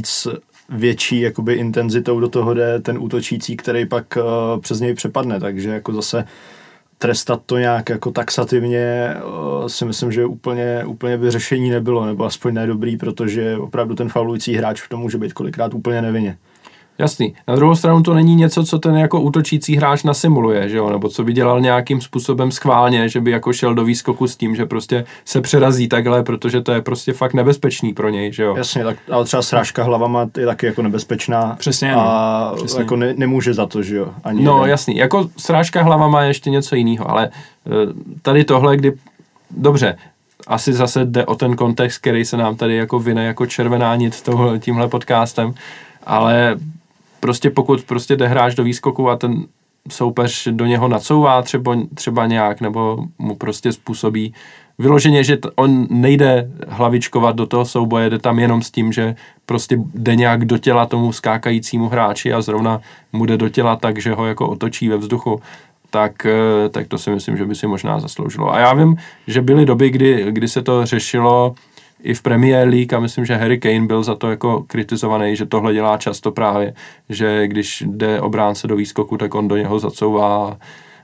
větší jakoby intenzitou do toho jde ten útočící, který pak přes něj přepadne, takže jako zase trestat to nějak jako taxativně si myslím, že úplně by řešení nebylo, nebo aspoň nedobrý, protože opravdu ten faulující hráč v tom může být kolikrát úplně nevinně. Jasný. Na druhou stranu to není něco, co ten jako útočící hráč nasimuluje, že jo? Nebo co by dělal nějakým způsobem schválně, že by jako šel do výskoku s tím, že prostě se přerazí takhle, protože to je prostě fakt nebezpečný pro něj, že jo? Jasně, tak, ale třeba srážka hlavama je taky jako nebezpečná. Přesně. A přesně. jako nemůže za to, že jo? Ani no jasný, jako srážka hlavama je ještě něco jiného, ale tady tohle, kdy dobře, asi zase jde o ten kontext, který se nám tady jako vyne jako červená nit tímhle podcastem, ale prostě pokud prostě jde hráč do výskoku a ten soupeř do něho nacouvá třeba nějak, nebo mu prostě způsobí vyloženě, že on nejde hlavičkovat do toho souboje, jde tam jenom s tím, že prostě jde nějak do těla tomu skákajícímu hráči a zrovna mu jde do těla tak, že ho jako otočí ve vzduchu, tak to si myslím, že by si možná zasloužilo. A já vím, že byly doby, kdy se to řešilo i v Premier League a myslím, že Harry Kane byl za to jako kritizovaný, že tohle dělá často právě, že když jde obránce do výskoku, tak on do něho zacouvá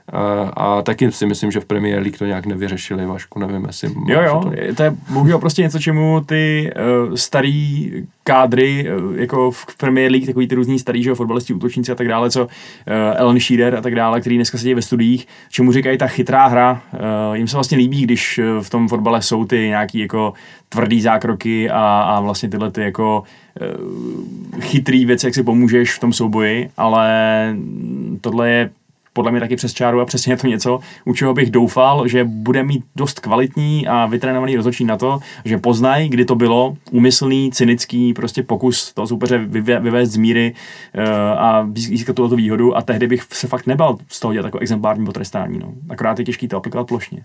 a taky si myslím, že v Premier League to nějak nevyřešili, Vašku, nevím, jestli... Jo, to je bohužel prostě něco, čemu ty starý kádry, jako v Premier League, takový ty různý starý, že fotbalisti, útočníci a tak dále, co Alan Shearer a tak dále, který dneska sedí ve studiích, čemu říkají ta chytrá hra. Jim se vlastně líbí, když v tom fotbale jsou ty nějaký jako tvrdý zákroky a vlastně tyhle ty jako chytrý věci, jak si pomůžeš v tom souboji, ale tohle je podle mě taky přes čáru a přesně je to něco, u čeho bych doufal, že bude mít dost kvalitní a vytrénovaný rozhodčí na to, že poznají, kdy to bylo úmyslný, cynický prostě pokus toho soupeře vyvést z míry a získat tuto výhodu a tehdy bych se fakt nebal z toho dělat jako exemplární potrestání. No. Akorát je těžký to aplikovat plošně.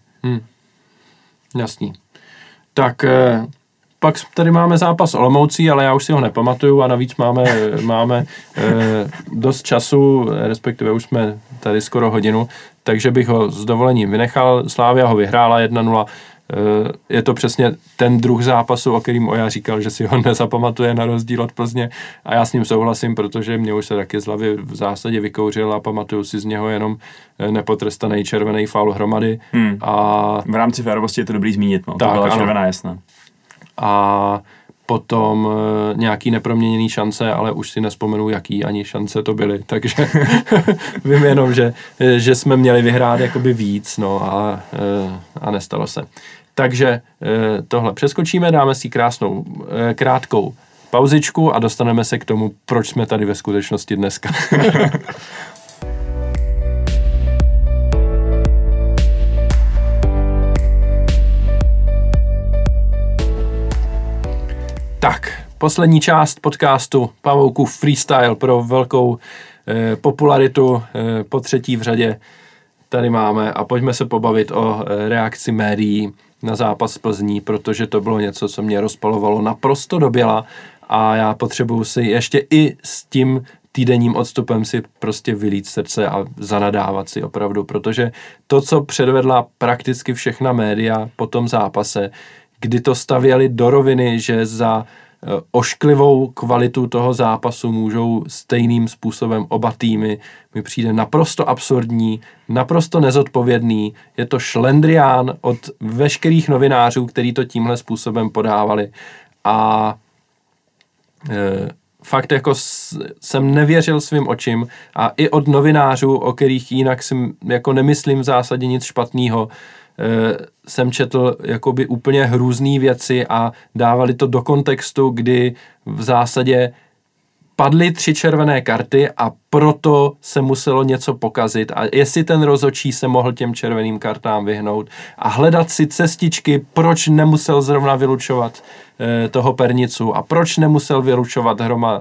Jasný. Tak pak tady máme zápas Olomoucí, ale já už si ho nepamatuju a navíc máme dost času, respektive už jsme tady skoro hodinu, takže bych ho s dovolením vynechal. Slavia ho vyhrála 1-0. Je to přesně ten druh zápasu, o kterým Oja říkal, že si ho nezapamatuje na rozdíl od Plzně a já s ním souhlasím, protože mě už se taky z hlavy v zásadě vykouřil a pamatuju si z něho jenom nepotrestaný červený faul Hromady. A v rámci férovosti je to dobrý zmínit, no. Tak, to byla červená, jasná. A potom nějaký neproměněný šance, ale už si nespomenu, jaký ani šance to byly, takže vím jenom, že jsme měli vyhrát jakoby víc, no a nestalo se. Takže tohle přeskočíme, dáme si krátkou pauzičku a dostaneme se k tomu, proč jsme tady ve skutečnosti dneska. poslední část podcastu Pavoukův freestyle pro velkou popularitu po třetí v řadě tady máme a pojďme se pobavit o reakci médií na zápas z Plzní, protože to bylo něco, co mě rozpalovalo naprosto do běla a já potřebuju si ještě i s tím týdenním odstupem si prostě vylít srdce a zanadávat si opravdu, protože to, co předvedla prakticky všechna média po tom zápase, kdy to stavěli do roviny, že za ošklivou kvalitu toho zápasu můžou stejným způsobem oba týmy, mi přijde naprosto absurdní, naprosto nezodpovědný, je to šlendrián od veškerých novinářů, kteří to tímhle způsobem podávali a fakt jako jsem nevěřil svým očím a i od novinářů, o kterých jinak si jako nemyslím v zásadě nic špatného, jsem četl jakoby úplně hrůzný věci a dávali to do kontextu, kdy v zásadě padly 3 červené karty a proto se muselo něco pokazit a jestli ten rozhodčí se mohl těm červeným kartám vyhnout a hledat si cestičky, proč nemusel zrovna vylučovat toho Pernicu a proč nemusel vylučovat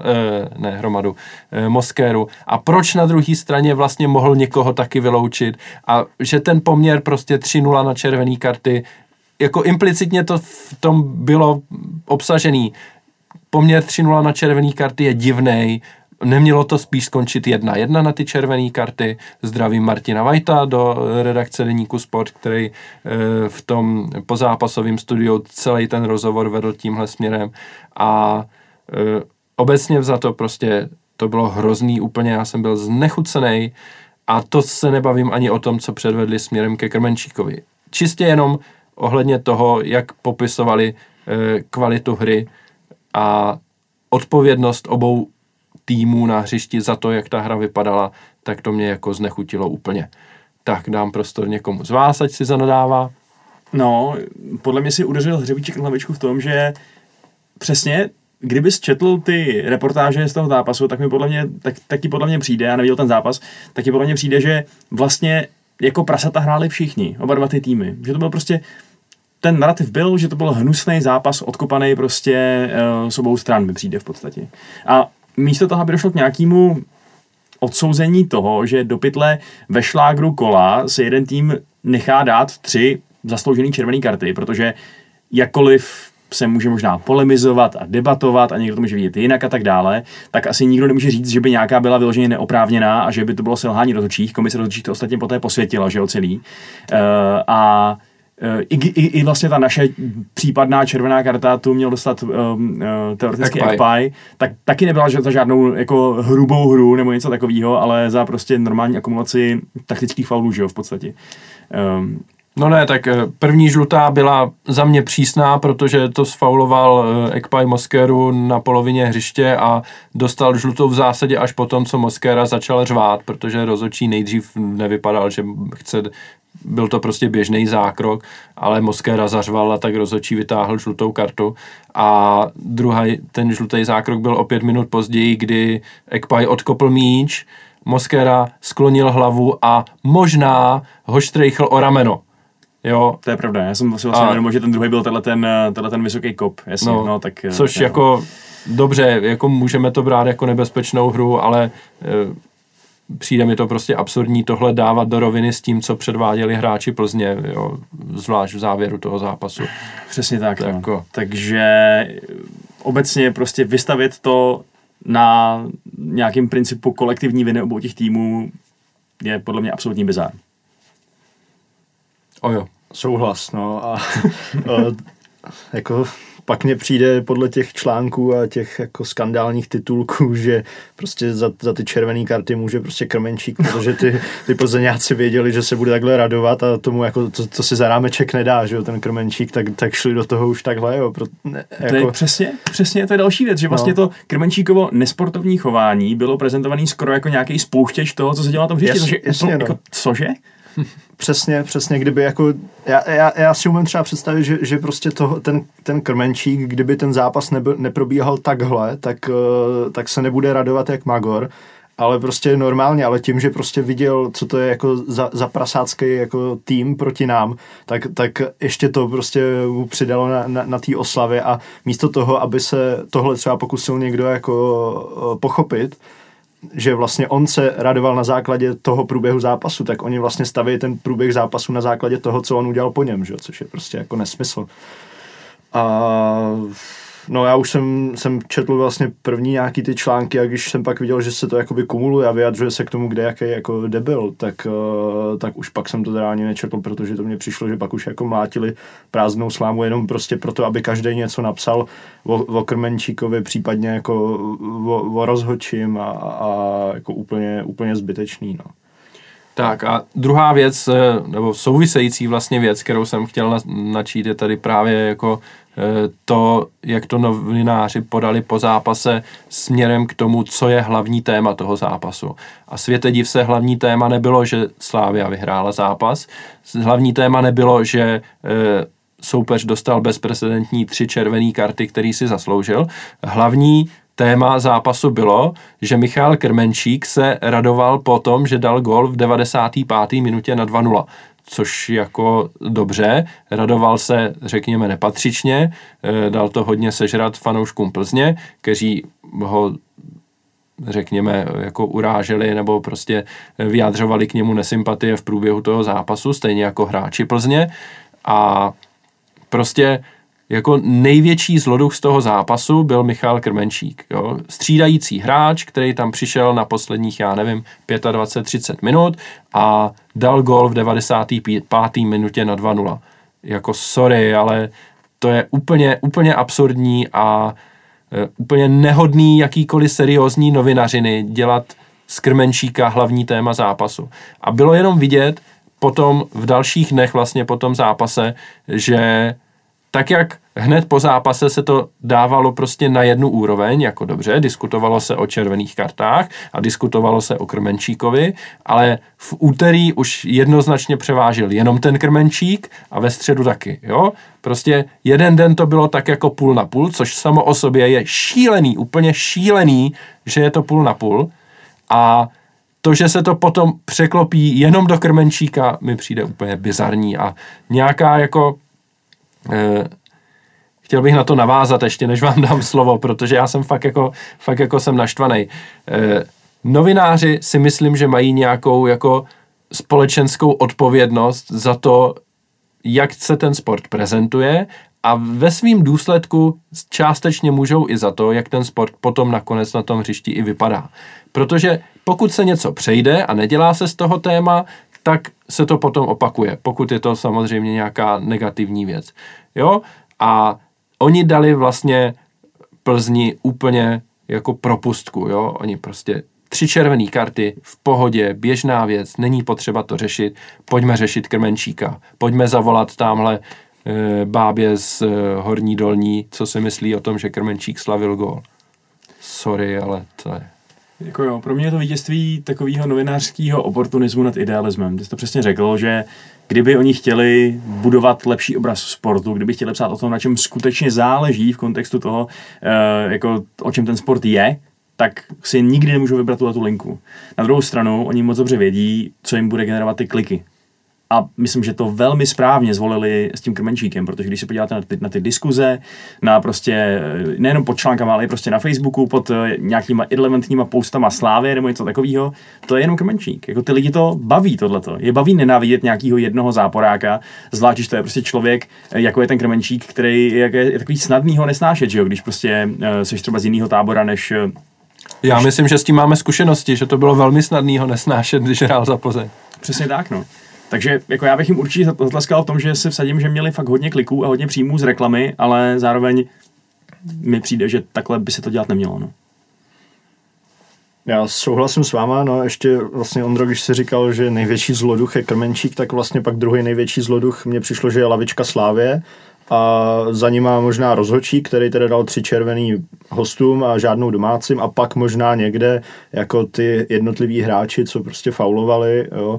Moskéru a proč na druhé straně vlastně mohl někoho taky vyloučit a že ten poměr prostě 3-0 na červený karty, jako implicitně to v tom bylo obsažený. Poměr 3-0 na červený karty je divnej, nemělo to spíš skončit 1-1 na ty červené karty. Zdravím Martina Vajta do redakce deníku Sport, který v tom pozápasovém studiu celý ten rozhovor vedl tímhle směrem a obecně vzato prostě to bylo hrozný úplně, já jsem byl znechucený a to se nebavím ani o tom, co předvedli směrem ke Krmenčíkovi. Čistě jenom ohledně toho, jak popisovali kvalitu hry a odpovědnost obou týmů na hřišti za to, jak ta hra vypadala, tak to mě jako znechutilo úplně. Tak dám prostor někomu z vás, ať si zanadává. No, podle mě si udeřil hřebíček na hlavičku v tom, že přesně, kdybys četl ty reportáže z toho zápasu, tak mi podle mě, taky podle mě přijde, já neviděl ten zápas, taky podle mě přijde, že vlastně jako prasata hráli všichni, oba dva ty týmy. Že to byl prostě ten narrativ byl, že to byl hnusný zápas, odkopaný prostě s obou stran, mi přijde v podstatě. A místo toho, aby došlo k nějakému odsouzení toho, že do pytle ve šlágru kola se jeden tým nechá dát 3 zasloužený červený karty, protože jakkoliv se může možná polemizovat a debatovat a někdo to může vidět jinak a tak dále, tak asi nikdo nemůže říct, že by nějaká byla vyloženě neoprávněná a že by to bylo selhání rozhodčích. Komise rozhodčích to ostatně poté posvětila, že jo, celý. I vlastně ta naše případná červená karta tu měl dostat teoreticky Ekpaj, tak taky nebyla za žádnou jako hrubou hru nebo něco takového, ale za prostě normální akumulaci taktických faulů, že jo, v podstatě. No ne, tak první žlutá byla za mě přísná, protože to sfauloval Ekpaj Moskéru na polovině hřiště a dostal žlutou v zásadě až potom, co Moskéra začal řvát, protože rozhodčí nejdřív nevypadal, že chce. Byl to prostě běžný zákrok, ale Moskéra zařval a tak rozhodčí vytáhl žlutou kartu a ten žlutý zákrok byl o 5 minut později, kdy Ekpaj odkopl míč, Moskéra sklonil hlavu a možná ho štrejchl o rameno. Jo. To je pravda, já jsem si vlastně nevědomil, že ten druhý byl tenhle ten vysoký kop, jasně, no tak... Což jako, dobře, jako můžeme to brát jako nebezpečnou hru, ale... Přijde mi to prostě absurdní tohle dávat do roviny s tím, co předváděli hráči Plzně, jo, zvlášť v závěru toho zápasu. Přesně tak. Jako. Takže obecně prostě vystavit to na nějakým principu kolektivní viny obou těch týmů je podle mě absolutní bizár. Jo. Souhlas, no a jako pak mně přijde podle těch článků a těch jako skandálních titulků, že prostě za ty červené karty může prostě Krmenčík, protože ty Plzeňáci věděli, že se bude takhle radovat a tomu jako to si za rámeček nedá, že jo, ten Krmenčík, tak šli do toho už takhle, jo. To je přesně, to je další věc, že vlastně to Krmenčíkovo nesportovní chování bylo prezentovaný skoro jako nějaký spouštěč toho, co se dělá na tom hřišti. Jasně, jako, cože? Přesně, kdyby jako, já si umím třeba představit, že prostě ten Krmenčík, kdyby ten zápas neprobíhal takhle, tak se nebude radovat jak magor ale prostě normálně, ale tím, že prostě viděl, co to je jako za prasácký jako tým proti nám, tak ještě to prostě mu přidalo na té oslavě a místo toho, aby se tohle třeba pokusil někdo jako pochopit, že vlastně on se radoval na základě toho průběhu zápasu, tak oni vlastně staví ten průběh zápasu na základě toho, co on udělal po něm, že? Což je prostě jako nesmysl. A no já už jsem četl vlastně první nějaký ty články a když jsem pak viděl, že se to jakoby kumuluje a vyjadřuje se k tomu, kde jaký jako debil, tak už pak jsem to reálně nečetl, protože to mně přišlo, že pak už jako mlátili prázdnou slámu jenom prostě proto, aby každý něco napsal o Krmenčíkovi, případně jako o rozhodčím a jako úplně zbytečný, no. Tak a druhá věc, nebo související vlastně věc, kterou jsem chtěl načít, je tady právě jako to, jak to novináři podali po zápase směrem k tomu, co je hlavní téma toho zápasu. A světe div se, hlavní téma nebylo, že Slavia vyhrála zápas. Hlavní téma nebylo, že soupeř dostal bezprecedentní 3 červené karty, který si zasloužil. Hlavní téma zápasu bylo, že Michal Krmenčík se radoval po tom, že dal gól v 95. minutě na 2-0. Což jako dobře, radoval se, řekněme, nepatřičně, dal to hodně sežrat fanouškům Plzně, kteří ho, řekněme, jako uráželi nebo prostě vyjadřovali k němu nesympatie v průběhu toho zápasu, stejně jako hráči Plzně. A prostě jako největší zloduch z toho zápasu byl Michal Krmenčík. Jo? Střídající hráč, který tam přišel na posledních, 25-30 minut a dal gól v 95. minutě na 2-0. Jako sorry, ale to je úplně absurdní a úplně nehodný jakýkoliv seriózní novinařiny dělat z Krmenčíka hlavní téma zápasu. A bylo jenom vidět potom v dalších dnech vlastně po tom zápase, že tak jak hned po zápase se to dávalo prostě na jednu úroveň, jako dobře, diskutovalo se o červených kartách a diskutovalo se o Krmenčíkovi, ale v úterý už jednoznačně převážil jenom ten Krmenčík a ve středu taky, jo. Prostě jeden den to bylo tak jako půl na půl, což samo o sobě je šílený, úplně šílený, že je to půl na půl a to, že se to potom překlopí jenom do Krmenčíka, mi přijde úplně bizarní a nějaká jako chtěl bych na to navázat ještě, než vám dám slovo, protože já jsem fakt jako jsem naštvanej. Novináři si myslím, že mají nějakou jako společenskou odpovědnost za to, jak se ten sport prezentuje a ve svým důsledku částečně můžou i za to, jak ten sport potom nakonec na tom hřišti i vypadá. Protože pokud se něco přejde a nedělá se z toho téma, tak se to potom opakuje, pokud je to samozřejmě nějaká negativní věc. Jo? A oni dali vlastně Plzni úplně jako propustku, jo? Oni prostě 3 červené karty v pohodě, běžná věc, není potřeba to řešit, pojďme řešit Krmenčíka, pojďme zavolat tamhle bábě z Horní Dolní, co si myslí o tom, že Krmenčík slavil gól. Sorry, ale to je... Jako jo, pro mě je to vítězství takového novinářského oportunismu nad idealismem. Ty jsi to přesně řekl, že kdyby oni chtěli budovat lepší obraz sportu, kdyby chtěli psát o tom, na čem skutečně záleží v kontextu toho, jako o čem ten sport je, tak si nikdy nemůžou vybrat tu linku. Na druhou stranu, oni moc dobře vědí, co jim bude generovat ty kliky. A myslím, že to velmi správně zvolili s tím Krmenčíkem, protože když se podíváte na ty diskuze, na prostě nejenom pod článkama, ale i prostě na Facebooku pod nějakýma irrelevantníma postama Slávy nebo něco takového, to je jenom Krmenčík. Jako ty lidi to baví tohleto. Je baví nenávidět nějakého jednoho záporáka, zvlášť, když to je prostě člověk, jako je ten Krmenčík, který je takový snadný ho nesnášet, že jo, když prostě seš třeba z jiného tábora než... Já myslím, že s tím máme zkušenosti, že to bylo velmi snadný ho nesnášet, když hrál za Plzeň. Přesně tak, no. Takže jako já bych jim určitě zatleskal v tom, že se vsadím, že měli fakt hodně kliků a hodně příjmů z reklamy, ale zároveň mi přijde, že takhle by se to dělat nemělo. No. Já souhlasím s váma, no ještě vlastně Ondro, když jsi říkal, že největší zloduch je Krmenčík, tak vlastně pak druhý největší zloduch mně přišlo, že je lavička Slávie a za ním má možná rozhodčí, který teda dal 3 červený hostům a žádnou domácím a pak možná jako ty jednotliví hráči, co prostě faulovali, jo.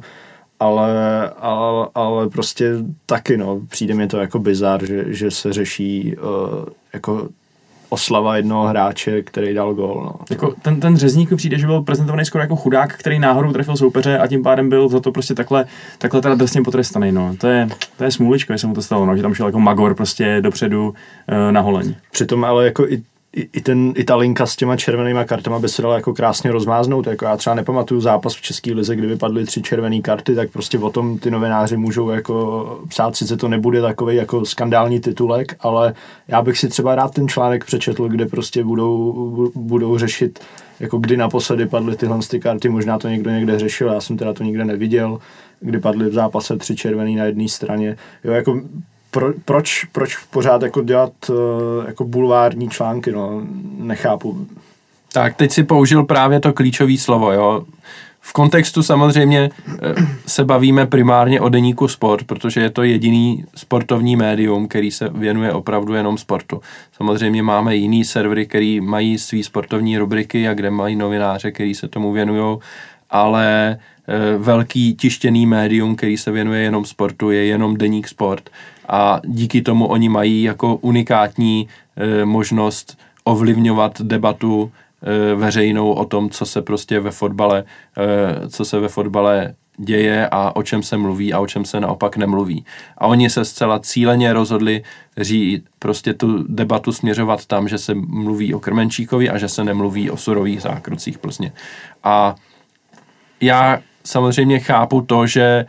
Ale prostě taky, no, přijde mi to jako bizar, že se řeší jako oslava jednoho hráče, který dal gól. No. Jako ten Řezník mi přijde, že byl prezentovaný skoro jako chudák, který náhodou trefil soupeře a tím pádem byl za to prostě takhle teda drsně potrestaný. No. To je smůličko, že se mu to stalo, no, že tam šel jako magor prostě dopředu na holeň. Přitom ale jako i ta linka s těma červenýma kartama by se dala jako krásně rozmáznout. Jako já třeba nepamatuju zápas v České lize, kdy vypadly 3 červené karty, tak prostě o tom ty novináři můžou jako psát, sice to nebude takový jako skandální titulek, ale já bych si třeba rád ten článek přečetl, kde prostě budou řešit, jako kdy naposledy padly tyhle karty, možná to někdo někde řešil, já jsem teda to nikde neviděl, kdy padly v zápase 3 červený na jedné straně. Jo, jako proč pořád jako dělat jako bulvární články, no, nechápu. Tak, teď si použil právě to klíčové slovo, jo. V kontextu samozřejmě se bavíme primárně o deníku Sport, protože je to jediný sportovní médium, který se věnuje opravdu jenom sportu. Samozřejmě máme jiný servery, který mají svý sportovní rubriky a kde mají novináře, který se tomu věnují, ale velký tištěný médium, který se věnuje jenom sportu, je jenom deník Sport a díky tomu oni mají jako unikátní možnost ovlivňovat debatu veřejnou o tom, co se prostě ve fotbale děje a o čem se mluví a o čem se naopak nemluví. A oni se zcela cíleně rozhodli prostě tu debatu směřovat tam, že se mluví o Krmenčíkovi a že se nemluví o surových zákrocích Plzně. A já samozřejmě chápu to, že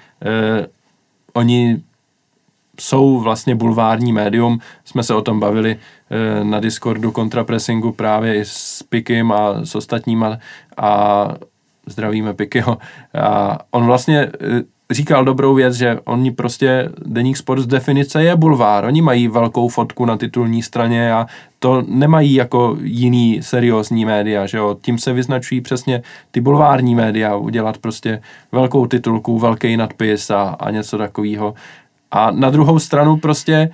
oni jsou vlastně bulvární médium. Jsme se o tom bavili na Discordu Kontrapressingu právě i s Pikim a s ostatníma a zdravíme Pikyho. A on vlastně říkal dobrou věc, že oni prostě deník Sport z definice je bulvár. Oni mají velkou fotku na titulní straně a to nemají jako jiný seriózní média, že jo. Tím se vyznačují přesně ty bulvární média, udělat prostě velkou titulku, velký nadpis a něco takového. A na druhou stranu prostě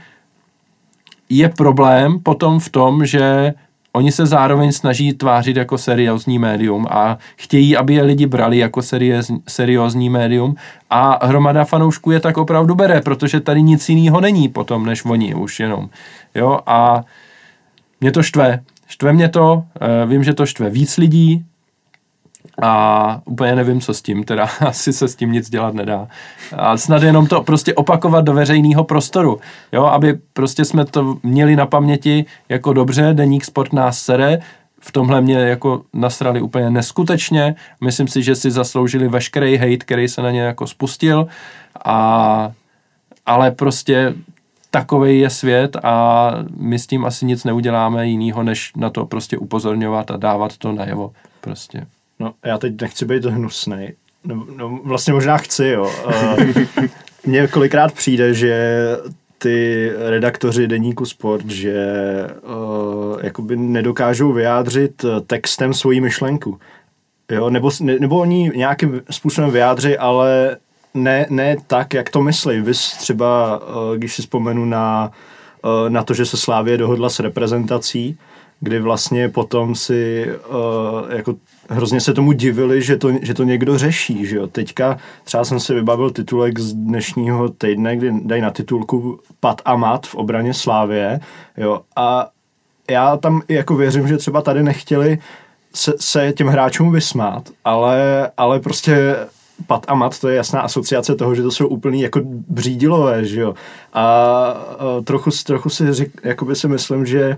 je problém potom v tom, že oni se zároveň snaží tvářit jako seriózní médium a chtějí, aby je lidi brali jako seriózní médium a hromada fanoušků je tak opravdu bere, protože tady nic jiného není potom, než oni už jenom. Jo, a mě to štve. Štve mě to, vím, že to štve víc lidí, a úplně nevím, co s tím, teda asi se s tím nic dělat nedá. A snad jenom to prostě opakovat do veřejného prostoru, jo, aby prostě jsme to měli na paměti jako dobře, deník Sport nás sere, v tomhle mě jako nasrali úplně neskutečně, myslím si, že si zasloužili veškerý hejt, který se na ně jako spustil, ale prostě takovej je svět a my s tím asi nic neuděláme jinýho, než na to prostě upozorňovat a dávat to najevo prostě. No, já teď nechci být hnusnej. No, vlastně možná chci, jo. Mně kolikrát přijde, že ty redaktoři deníku Sport, že jakoby nedokážou vyjádřit textem svoji myšlenku. Jo? Nebo oni nějakým způsobem vyjádří, ale ne tak, jak to myslí. Vy třeba, když si vzpomenu na to, že se Slavie dohodla s reprezentací, kdy vlastně potom si jako hrozně se tomu divili, že to někdo řeší, že jo. Teďka třeba jsem si vybavil titulek z dnešního týdne, kdy dají na titulku Pat a mat v obraně Slavie, jo. A já tam jako věřím, že třeba tady nechtěli se těm hráčům vysmát, ale prostě Pat a mat, to je jasná asociace toho, že to jsou úplný jako břídilové, že jo. A trochu si myslím, že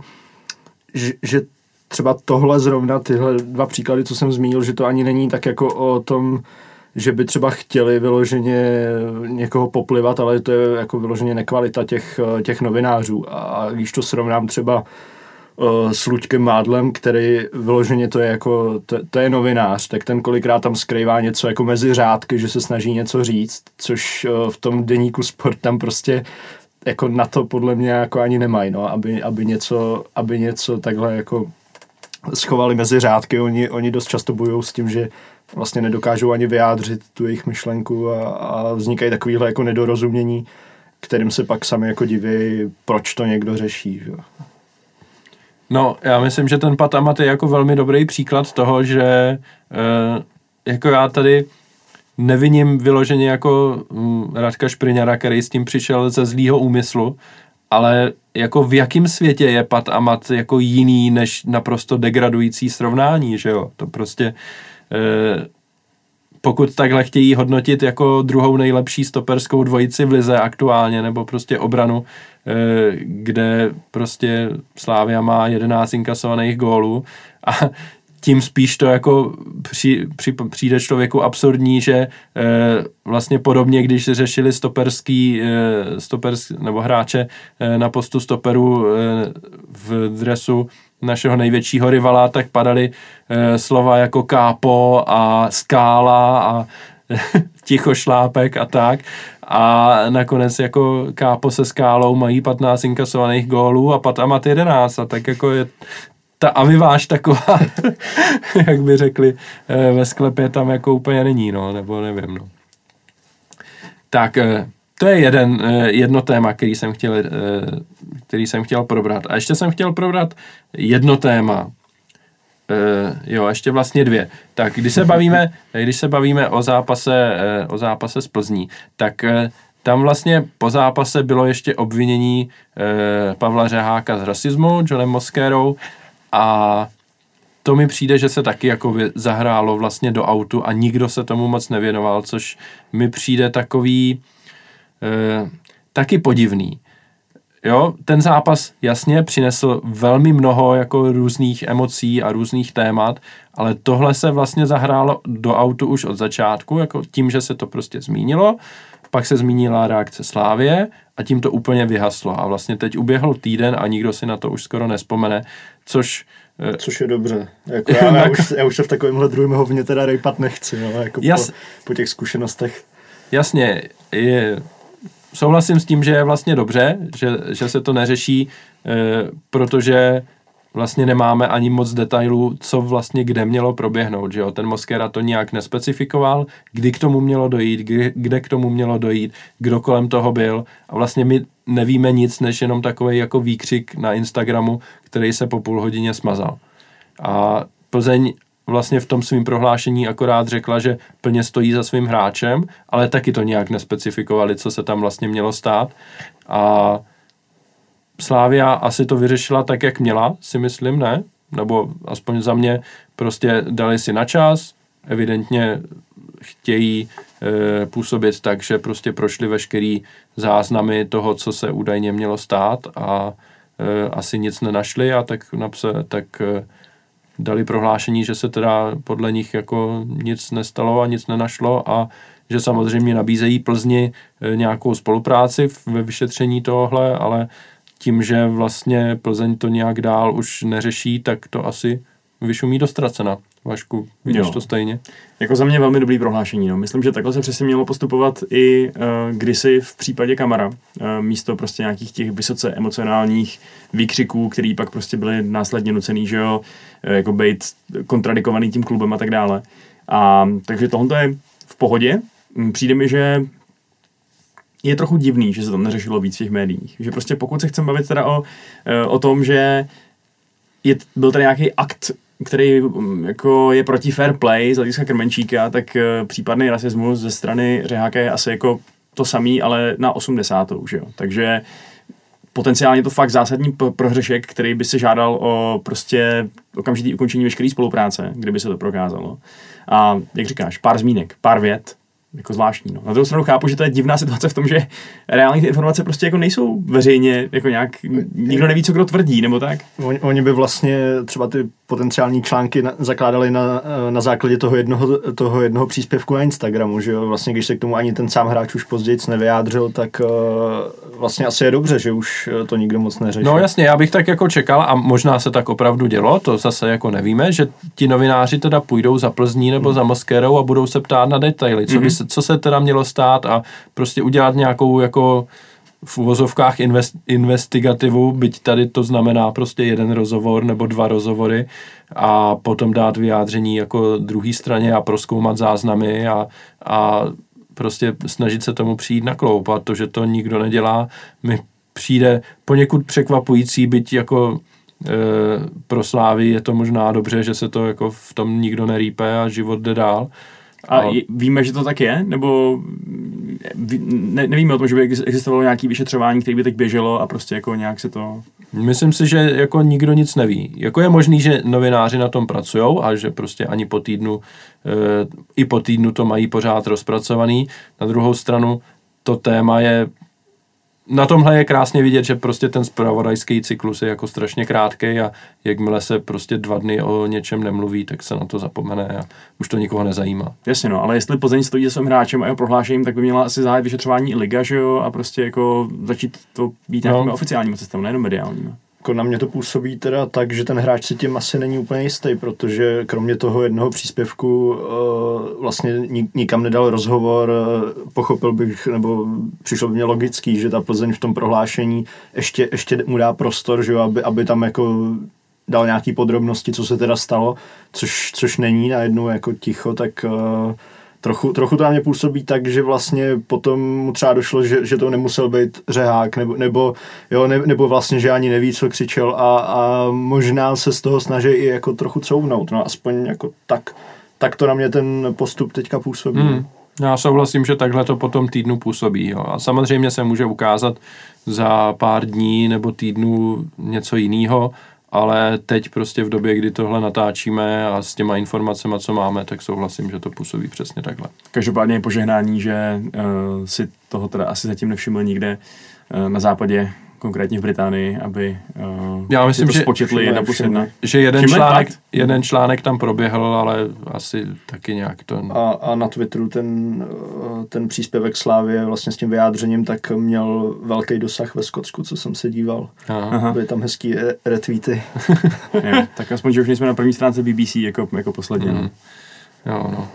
třeba tohle zrovna, tyhle 2 příklady, co jsem zmínil, že to ani není tak jako o tom, že by třeba chtěli vyloženě někoho poplivat, ale to je jako vyloženě nekvalita těch novinářů. A když to srovnám třeba s Luďkem Mádlem, který vyloženě to je jako, to je novinář, tak ten kolikrát tam skrývá něco jako mezi řádky, že se snaží něco říct, což v tom deníku Sport tam prostě jako na to podle mě jako ani nemají, no, aby něco takhle jako schovali mezi řádky. Oni dost často bojují s tím, že vlastně nedokážou ani vyjádřit tu jejich myšlenku a vznikají takovýhle jako nedorozumění, kterým se pak sami jako diví, proč to někdo řeší. Že? No, já myslím, že ten Pat a mat je jako velmi dobrý příklad toho, že jako já tady neviním vyloženě jako Radka Špriňara, který s tím přišel ze zlýho úmyslu, ale jako v jakém světě je Pat Amat jako jiný než naprosto degradující srovnání, že jo? To prostě pokud takhle chtějí hodnotit jako druhou nejlepší stoperskou dvojici v lize aktuálně, nebo prostě obranu, kde prostě Slavia má 11 inkasovaných gólů a tím spíš to jako přijde člověku absurdní, že vlastně podobně, když řešili stoperský nebo hráče na postu stoperu v dresu našeho největšího rivala, tak padaly slova jako kápo a skála a tichošlápek a tak. A nakonec jako kápo se skálou mají 15 inkasovaných gólů a Pat Amat 11. A tak jako je ta aviváž taková, jak by řekli ve sklepě, tam jako úplně není, no, nebo nevím, no. Tak to je jedno téma, který jsem chtěl probrat. A ještě jsem chtěl probrat jedno téma. Ještě vlastně dvě. Tak když se bavíme o zápase s Plzní, tak tam vlastně po zápase bylo ještě obvinění Pavla Řeháka z rasismu Johnem Mosquerou a to mi přijde, že se taky jako zahrálo vlastně do autu a nikdo se tomu moc nevěnoval, což mi přijde takový taky podivný. Jo, ten zápas jasně přinesl velmi mnoho jako různých emocí a různých témat, ale tohle se vlastně zahrálo do autu už od začátku, jako tím, že se to prostě zmínilo, pak se zmínila reakce Slávie a tím to úplně vyhaslo. A vlastně teď uběhl týden a nikdo si na to už skoro nespomene, což je dobře. Jako já už se v takovémhle druhém hovně teda rejpat nechci, no, jako po těch zkušenostech. Jasně, souhlasím s tím, že je vlastně dobře, že se to neřeší, protože vlastně nemáme ani moc detailů, co vlastně kde mělo proběhnout, že jo. Ten Mosquera to nějak nespecifikoval, kdy k tomu mělo dojít, kde k tomu mělo dojít, kdo kolem toho byl a vlastně my nevíme nic, než jenom takovej jako výkřik na Instagramu, který se po půl hodině smazal. A Plzeň vlastně v tom svým prohlášení akorát řekla, že plně stojí za svým hráčem, ale taky to nějak nespecifikovali, co se tam vlastně mělo stát. A Slavia asi to vyřešila tak, jak měla, si myslím, ne? Nebo aspoň za mě prostě dali si na čas, evidentně chtějí působit tak, že prostě prošli veškerý záznamy toho, co se údajně mělo stát a asi nic nenašli a tak dali prohlášení, že se teda podle nich jako nic nestalo a nic nenašlo a že samozřejmě nabízejí Plzni nějakou spolupráci ve vyšetření tohohle, ale tím, že vlastně Plzeň to nějak dál už neřeší, tak to asi vyšumí do ztracena. Vašku, vidíš to stejně? Jako za mě velmi dobrý prohlášení. No. Myslím, že takhle se přesně mělo postupovat i kdysi v případě Kamara. Místo prostě nějakých těch vysoce emocionálních výkřiků, který pak prostě byly následně nucený, že jo, jako být kontradikovaný tím klubem a tak dále. A takže tohle je v pohodě. Přijde mi, že je trochu divný, že se to neřešilo víc v těch médiích. Že prostě pokud se chceme bavit teda o tom, že byl tady nějaký akt, který jako je proti fair play z hlediska Krmenčíka, tak případný rasismus ze strany Řeháka je asi jako to samý, ale na 80. že jo. Takže potenciálně to fakt zásadní prohřešek, který by se žádal o prostě okamžitý ukončení veškeré spolupráce, kdyby se to prokázalo. A jak říkáš, pár zmínek, pár vět, jako zvláštní. No. Na druhou stranu chápu, že to je divná situace v tom, že reálně ty informace prostě jako nejsou veřejně, jako nějak, nikdo neví, co kdo tvrdí, nebo tak. Oni by vlastně třeba ty potenciální články zakládali na základě toho jednoho příspěvku na Instagramu, že jo, vlastně když se k tomu ani ten sám hráč už později nevyjádřil, tak vlastně asi je dobře, že už to nikdo moc neřešil. No jasně, já bych tak jako čekal a možná se tak opravdu dělo, to zase jako nevíme, že ti novináři teda půjdou za Plzní nebo za Mosquerou a budou se ptát na detaily, co se teda mělo stát a prostě udělat nějakou jako v uvozovkách investigativu, byť tady to znamená prostě jeden rozhovor nebo 2 rozhovory a potom dát vyjádření jako druhý straně a prozkoumat záznamy a prostě snažit se tomu přijít na kloup a to, že to nikdo nedělá, mi přijde poněkud překvapující, byť jako pro Slávy je to možná dobře, že se to jako v tom nikdo nerýpe a život jde dál. A víme, že to tak je? Nebo nevíme o tom, že by existovalo nějaké vyšetřování, které by teď běželo a prostě jako nějak se to... Myslím si, že jako nikdo nic neví. Jako je možný, že novináři na tom pracujou a že prostě ani po týdnu, i po týdnu to mají pořád rozpracovaný. Na druhou stranu to téma je, na tomhle je krásně vidět, že prostě ten zpravodajský cyklus je jako strašně krátký a jakmile se prostě 2 dny o něčem nemluví, tak se na to zapomene a už to nikoho nezajímá. Jasně no, ale jestli Plzeň stojí se svým hráčem a jeho prohlášením, tak by měla asi zahájit vyšetřování i liga, že jo, a prostě jako začít to být nějakými oficiálními cestami, nejenom mediálními. Jako na mě to působí teda tak, že ten hráč si tím asi není úplně jistý, protože kromě toho jednoho příspěvku vlastně nikam nedal rozhovor, pochopil bych, nebo přišlo by mě logický, že ta Plzeň v tom prohlášení ještě mu dá prostor, že jo, aby tam jako dal nějaký podrobnosti, co se teda stalo, což není najednou jako ticho, tak... Trochu to na mě působí tak, že vlastně potom mu třeba došlo, že to nemusel být řehák, nebo vlastně, že ani neví, co křičel a možná se z toho snaží i jako trochu couvnout, no aspoň jako tak to na mě ten postup teďka působí. Já souhlasím, že takhle to po tom týdnu působí. Jo. A samozřejmě se může ukázat za pár dní nebo týdnů něco jiného, ale teď prostě v době, kdy tohle natáčíme a s těma informacemi, co máme, tak souhlasím, že to působí přesně takhle. Každopádně je požehnání, že si toho teda asi zatím nevšiml nikde na západě, konkrétně v Británii, aby já myslím, to spočetli 1+1. Že jeden článek tam proběhl, ale asi taky nějak to... A na Twitteru ten příspěvek Slávie vlastně s tím vyjádřením tak měl velký dosah ve Skotsku, co jsem se díval. Aha. Byly tam hezký retweety. Jo, tak aspoň, že už nejsme na první stránce BBC jako posledně. Jo, no.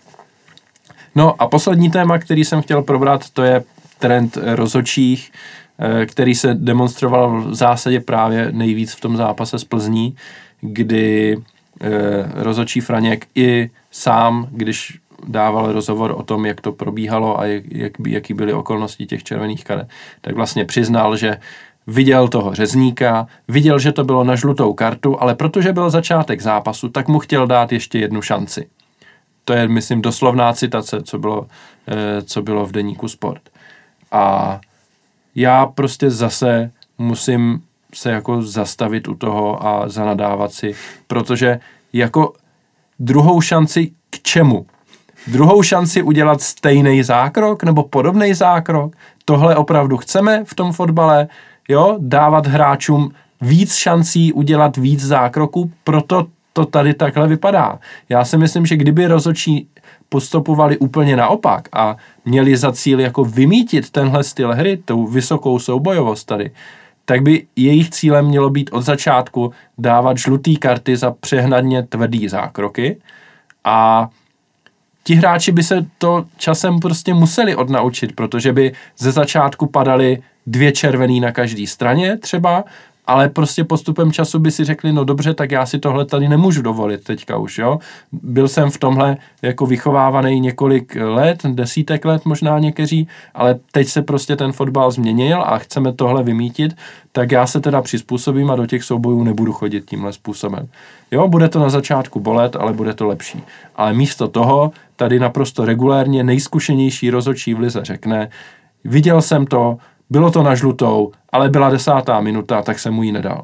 No a poslední téma, který jsem chtěl probrat, to je trend rozhodčích, který se demonstroval v zásadě právě nejvíc v tom zápase s Plzní, kdy rozhodčí Franěk i sám, když dával rozhovor o tom, jak to probíhalo a jaký byly okolnosti těch červených karet, tak vlastně přiznal, že viděl toho řezníka, viděl, že to bylo na žlutou kartu, ale protože byl začátek zápasu, tak mu chtěl dát ještě jednu šanci. To je, myslím, doslovná citace, co bylo v deníku Sport. A já prostě zase musím se jako zastavit u toho a zanadávat si, protože jako druhou šanci k čemu? Druhou šanci udělat stejný zákrok nebo podobný zákrok? Tohle opravdu chceme v tom fotbale? Jo? Dávat hráčům víc šancí udělat víc zákroků, proto to tady takhle vypadá. Já si myslím, že kdyby rozhodčí postupovali úplně naopak a měli za cíl jako vymítit tenhle styl hry, tou vysokou soubojovost tady, tak by jejich cílem mělo být od začátku dávat žlutý karty za přehnadně tvrdý zákroky a ti hráči by se to časem prostě museli odnaučit, protože by ze začátku padaly 2 červený na každé straně třeba, ale prostě postupem času by si řekli, no dobře, tak já si tohle tady nemůžu dovolit teďka už, jo. Byl jsem v tomhle jako vychovávaný několik let, desítek let možná někteří, ale teď se prostě ten fotbal změnil a chceme tohle vymítit, tak já se teda přizpůsobím a do těch soubojů nebudu chodit tímhle způsobem. Jo, bude to na začátku bolet, ale bude to lepší. Ale místo toho tady naprosto regulérně nejzkušenější rozhodčí v lize řekne, viděl jsem to, bylo to na žlutou, ale byla 10. minuta, tak jsem mu ji nedal.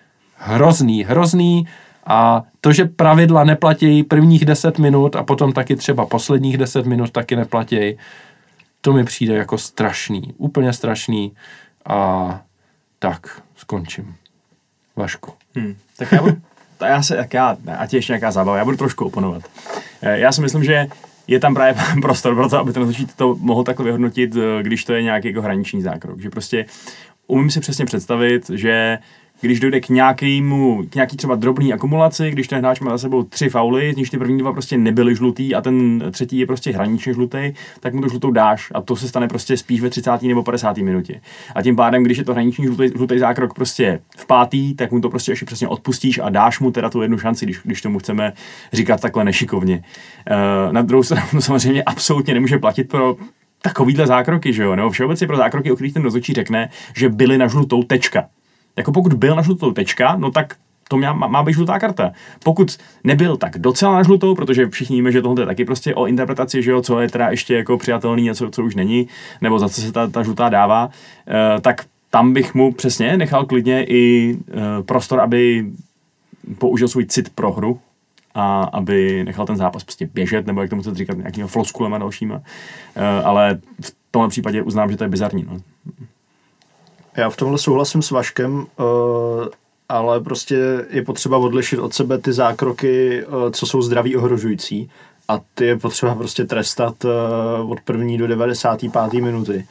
Hrozný a to, že pravidla neplatí prvních 10 minut a potom taky třeba posledních 10 minut taky neplatí, to mi přijde jako strašný, úplně strašný a tak skončím. Vašku. Tak já ať je ještě nějaká zábava, já budu trošku oponovat. Já si myslím, že je tam právě prostor pro to, aby ten rozhodčí to mohl takhle vyhodnotit, když to je nějaký jako hraniční zákrok. Že prostě umím si přesně představit, že když dojde k nějaký třeba drobný akumulaci, když ten hráč má za sebou 3 fauly, z nich ty první 2 prostě nebyly žlutý a ten třetí je prostě hraničně žlutý, tak mu to žlutou dáš a to se stane prostě spíš ve 30. nebo 50. minutě. A tím pádem, když je to hraniční žlutý zákrok prostě v 5., tak mu to prostě ještě přesně odpustíš a dáš mu teda tu jednu šanci, když tomu chceme říkat takhle nešikovně. Na druhou stranu samozřejmě absolutně nemůže platit pro takovýhle zákroky, že jo? Nebo všeobecně pro zákroky, o kterých ten rozhodčí řekne, že byly na žlutou tečka. Jako pokud byl na žlutou tečka, no tak to má být žlutá karta. Pokud nebyl, tak docela na žlutou, protože všichni víme, že tohle je taky prostě o interpretaci, že jo, co je teda ještě jako přijatelný a co už není, nebo za co se ta žlutá dává, tak tam bych mu přesně nechal klidně i prostor, aby použil svůj cit pro hru a aby nechal ten zápas prostě běžet, nebo jak tomu chcete říkat, nějakýma floskulema dalšíma. Ale v tomhle případě uznám, že to je bizarní. No. Já v tomhle souhlasím s Vaškem, ale prostě je potřeba odlišit od sebe ty zákroky, co jsou zdraví ohrožující, a ty je potřeba prostě trestat od 1. do 95. minuty.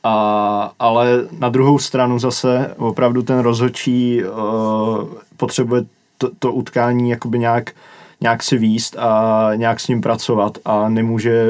Ale na druhou stranu zase opravdu ten rozhodčí potřebuje to utkání jakoby nějak si víst a nějak s ním pracovat a nemůže,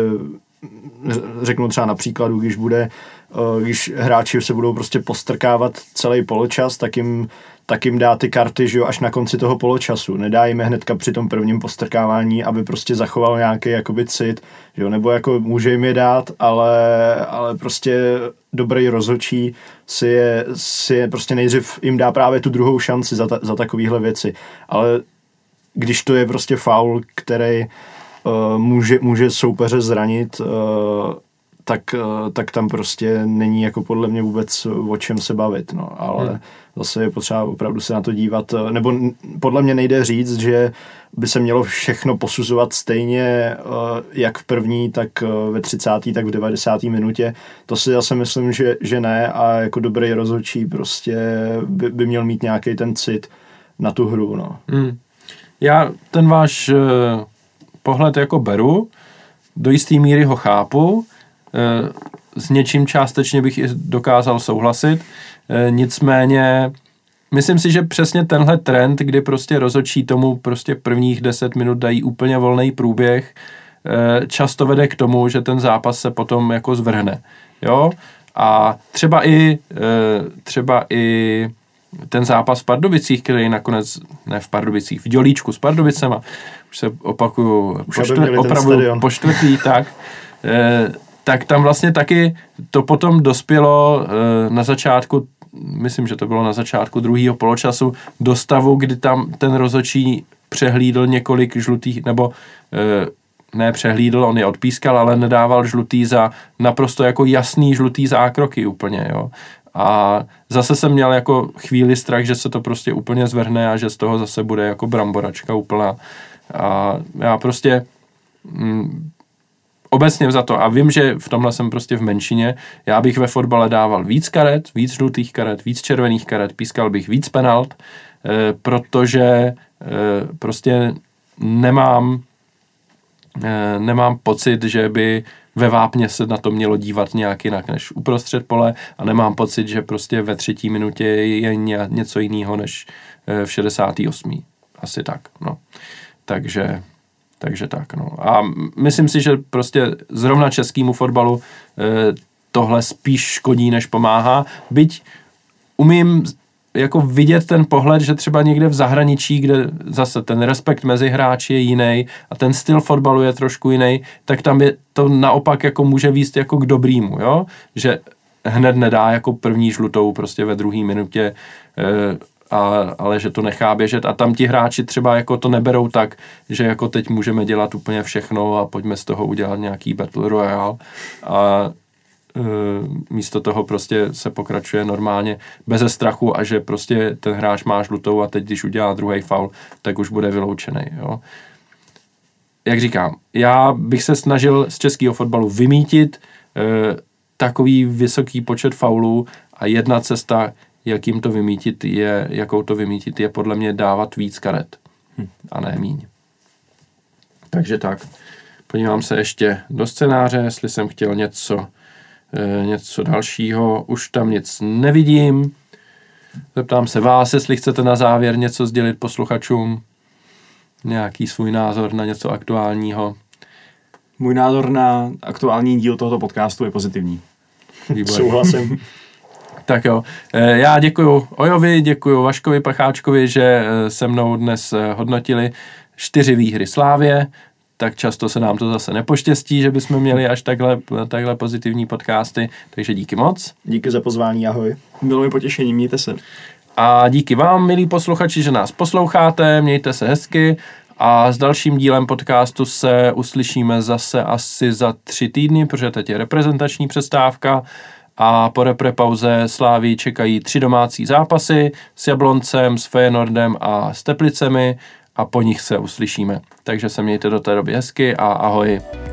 řeknu třeba na příkladu, když hráči se budou prostě postrkávat celý poločas, tak jim dá ty karty, že jo, až na konci toho poločasu. Nedá jim hnedka při tom prvním postrkávání, aby prostě zachoval nějaký jakoby cit, že jo, nebo jako může jim je dát, ale prostě dobrý rozhodčí si je prostě nejdřív jim dá právě tu druhou šanci za takovýhle věci. Ale když to je prostě faul, který může soupeře zranit, tak tam prostě není jako podle mě vůbec o čem se bavit, no, ale zase je potřeba opravdu se na to dívat, nebo podle mě nejde říct, že by se mělo všechno posuzovat stejně jak v první, tak ve 30., tak v 90. minutě. To si zase myslím, že ne, a jako dobrý rozhodčí prostě by měl mít nějaký ten cit na tu hru, no. Já ten váš pohled jako beru, do jisté míry ho chápu, s něčím částečně bych i dokázal souhlasit, nicméně myslím si, že přesně tenhle trend, kdy prostě rozhodčí tomu prostě prvních 10 minut dají úplně volný průběh, často vede k tomu, že ten zápas se potom jako zvrhne, jo, a třeba i ten zápas v Pardubicích, který nakonec, ne v Pardubicích, v Dělíčku s Pardubicema, už se opakuju opravdu po čtvrtý, tak tam vlastně taky to potom dospělo na začátku, myslím, že to bylo na začátku druhého poločasu, do stavu, kdy tam ten rozhodčí přehlídl několik žlutých, nebo ne přehlídl, on je odpískal, ale nedával žlutý za naprosto jako jasný žlutý zákroky úplně, jo. A zase jsem měl jako chvíli strach, že se to prostě úplně zvrhne a že z toho zase bude jako bramboračka úplná. A já prostě obecně za to, a vím, že v tomhle jsem prostě v menšině, já bych ve fotbale dával víc karet, víc žlutých karet, víc červených karet, pískal bych víc penalt, protože prostě nemám pocit, že by ve Vápně se na to mělo dívat nějak jinak než uprostřed pole, a nemám pocit, že prostě ve 3. minutě je něco jiného než v 68. Asi tak, no. Takže tak, no. A myslím si, že prostě zrovna českému fotbalu tohle spíš škodí, než pomáhá. Byť umím jako vidět ten pohled, že třeba někde v zahraničí, kde zase ten respekt mezi hráči je jiný a ten styl fotbalu je trošku jiný, tak tam je to naopak jako může vést jako k dobrýmu, jo? Že hned nedá jako první žlutou prostě ve 2. minutě, ale že to nechá běžet, a tam ti hráči třeba jako to neberou tak, že jako teď můžeme dělat úplně všechno a pojďme z toho udělat nějaký Battle Royale, a místo toho prostě se pokračuje normálně beze strachu, a že prostě ten hráč má žlutou a teď, když udělá druhý faul, tak už bude vyloučený, jo. Jak říkám, já bych se snažil z českého fotbalu vymítit takový vysoký počet faulů, a jedna cesta, jakou to vymítit je podle mě dávat víc karet a ne míň. Takže tak, podívám se ještě do scénáře, jestli jsem chtěl něco dalšího, už tam nic nevidím. Zeptám se vás, jestli chcete na závěr něco sdělit posluchačům, nějaký svůj názor na něco aktuálního. Můj názor na aktuální díl tohoto podcastu je pozitivní. Souhlasím. Tak jo, já děkuju Ojovi, děkuju Vaškovi Pacháčkovi, že se mnou dnes hodnotili 4 výhry Slávie. Tak často se nám to zase nepoštěstí, že bychom měli až takhle pozitivní podcasty, takže díky moc. Díky za pozvání, ahoj. Bylo mi potěšení, mějte se. A díky vám, milí posluchači, že nás posloucháte, mějte se hezky a s dalším dílem podcastu se uslyšíme zase asi za 3 týdny, protože teď je reprezentační přestávka a po reprepauze Slávy čekají 3 domácí zápasy s Jabloncem, s Feyenoordem a s Teplicemi a po nich se uslyšíme. Takže se mějte do té doby hezky a ahoj.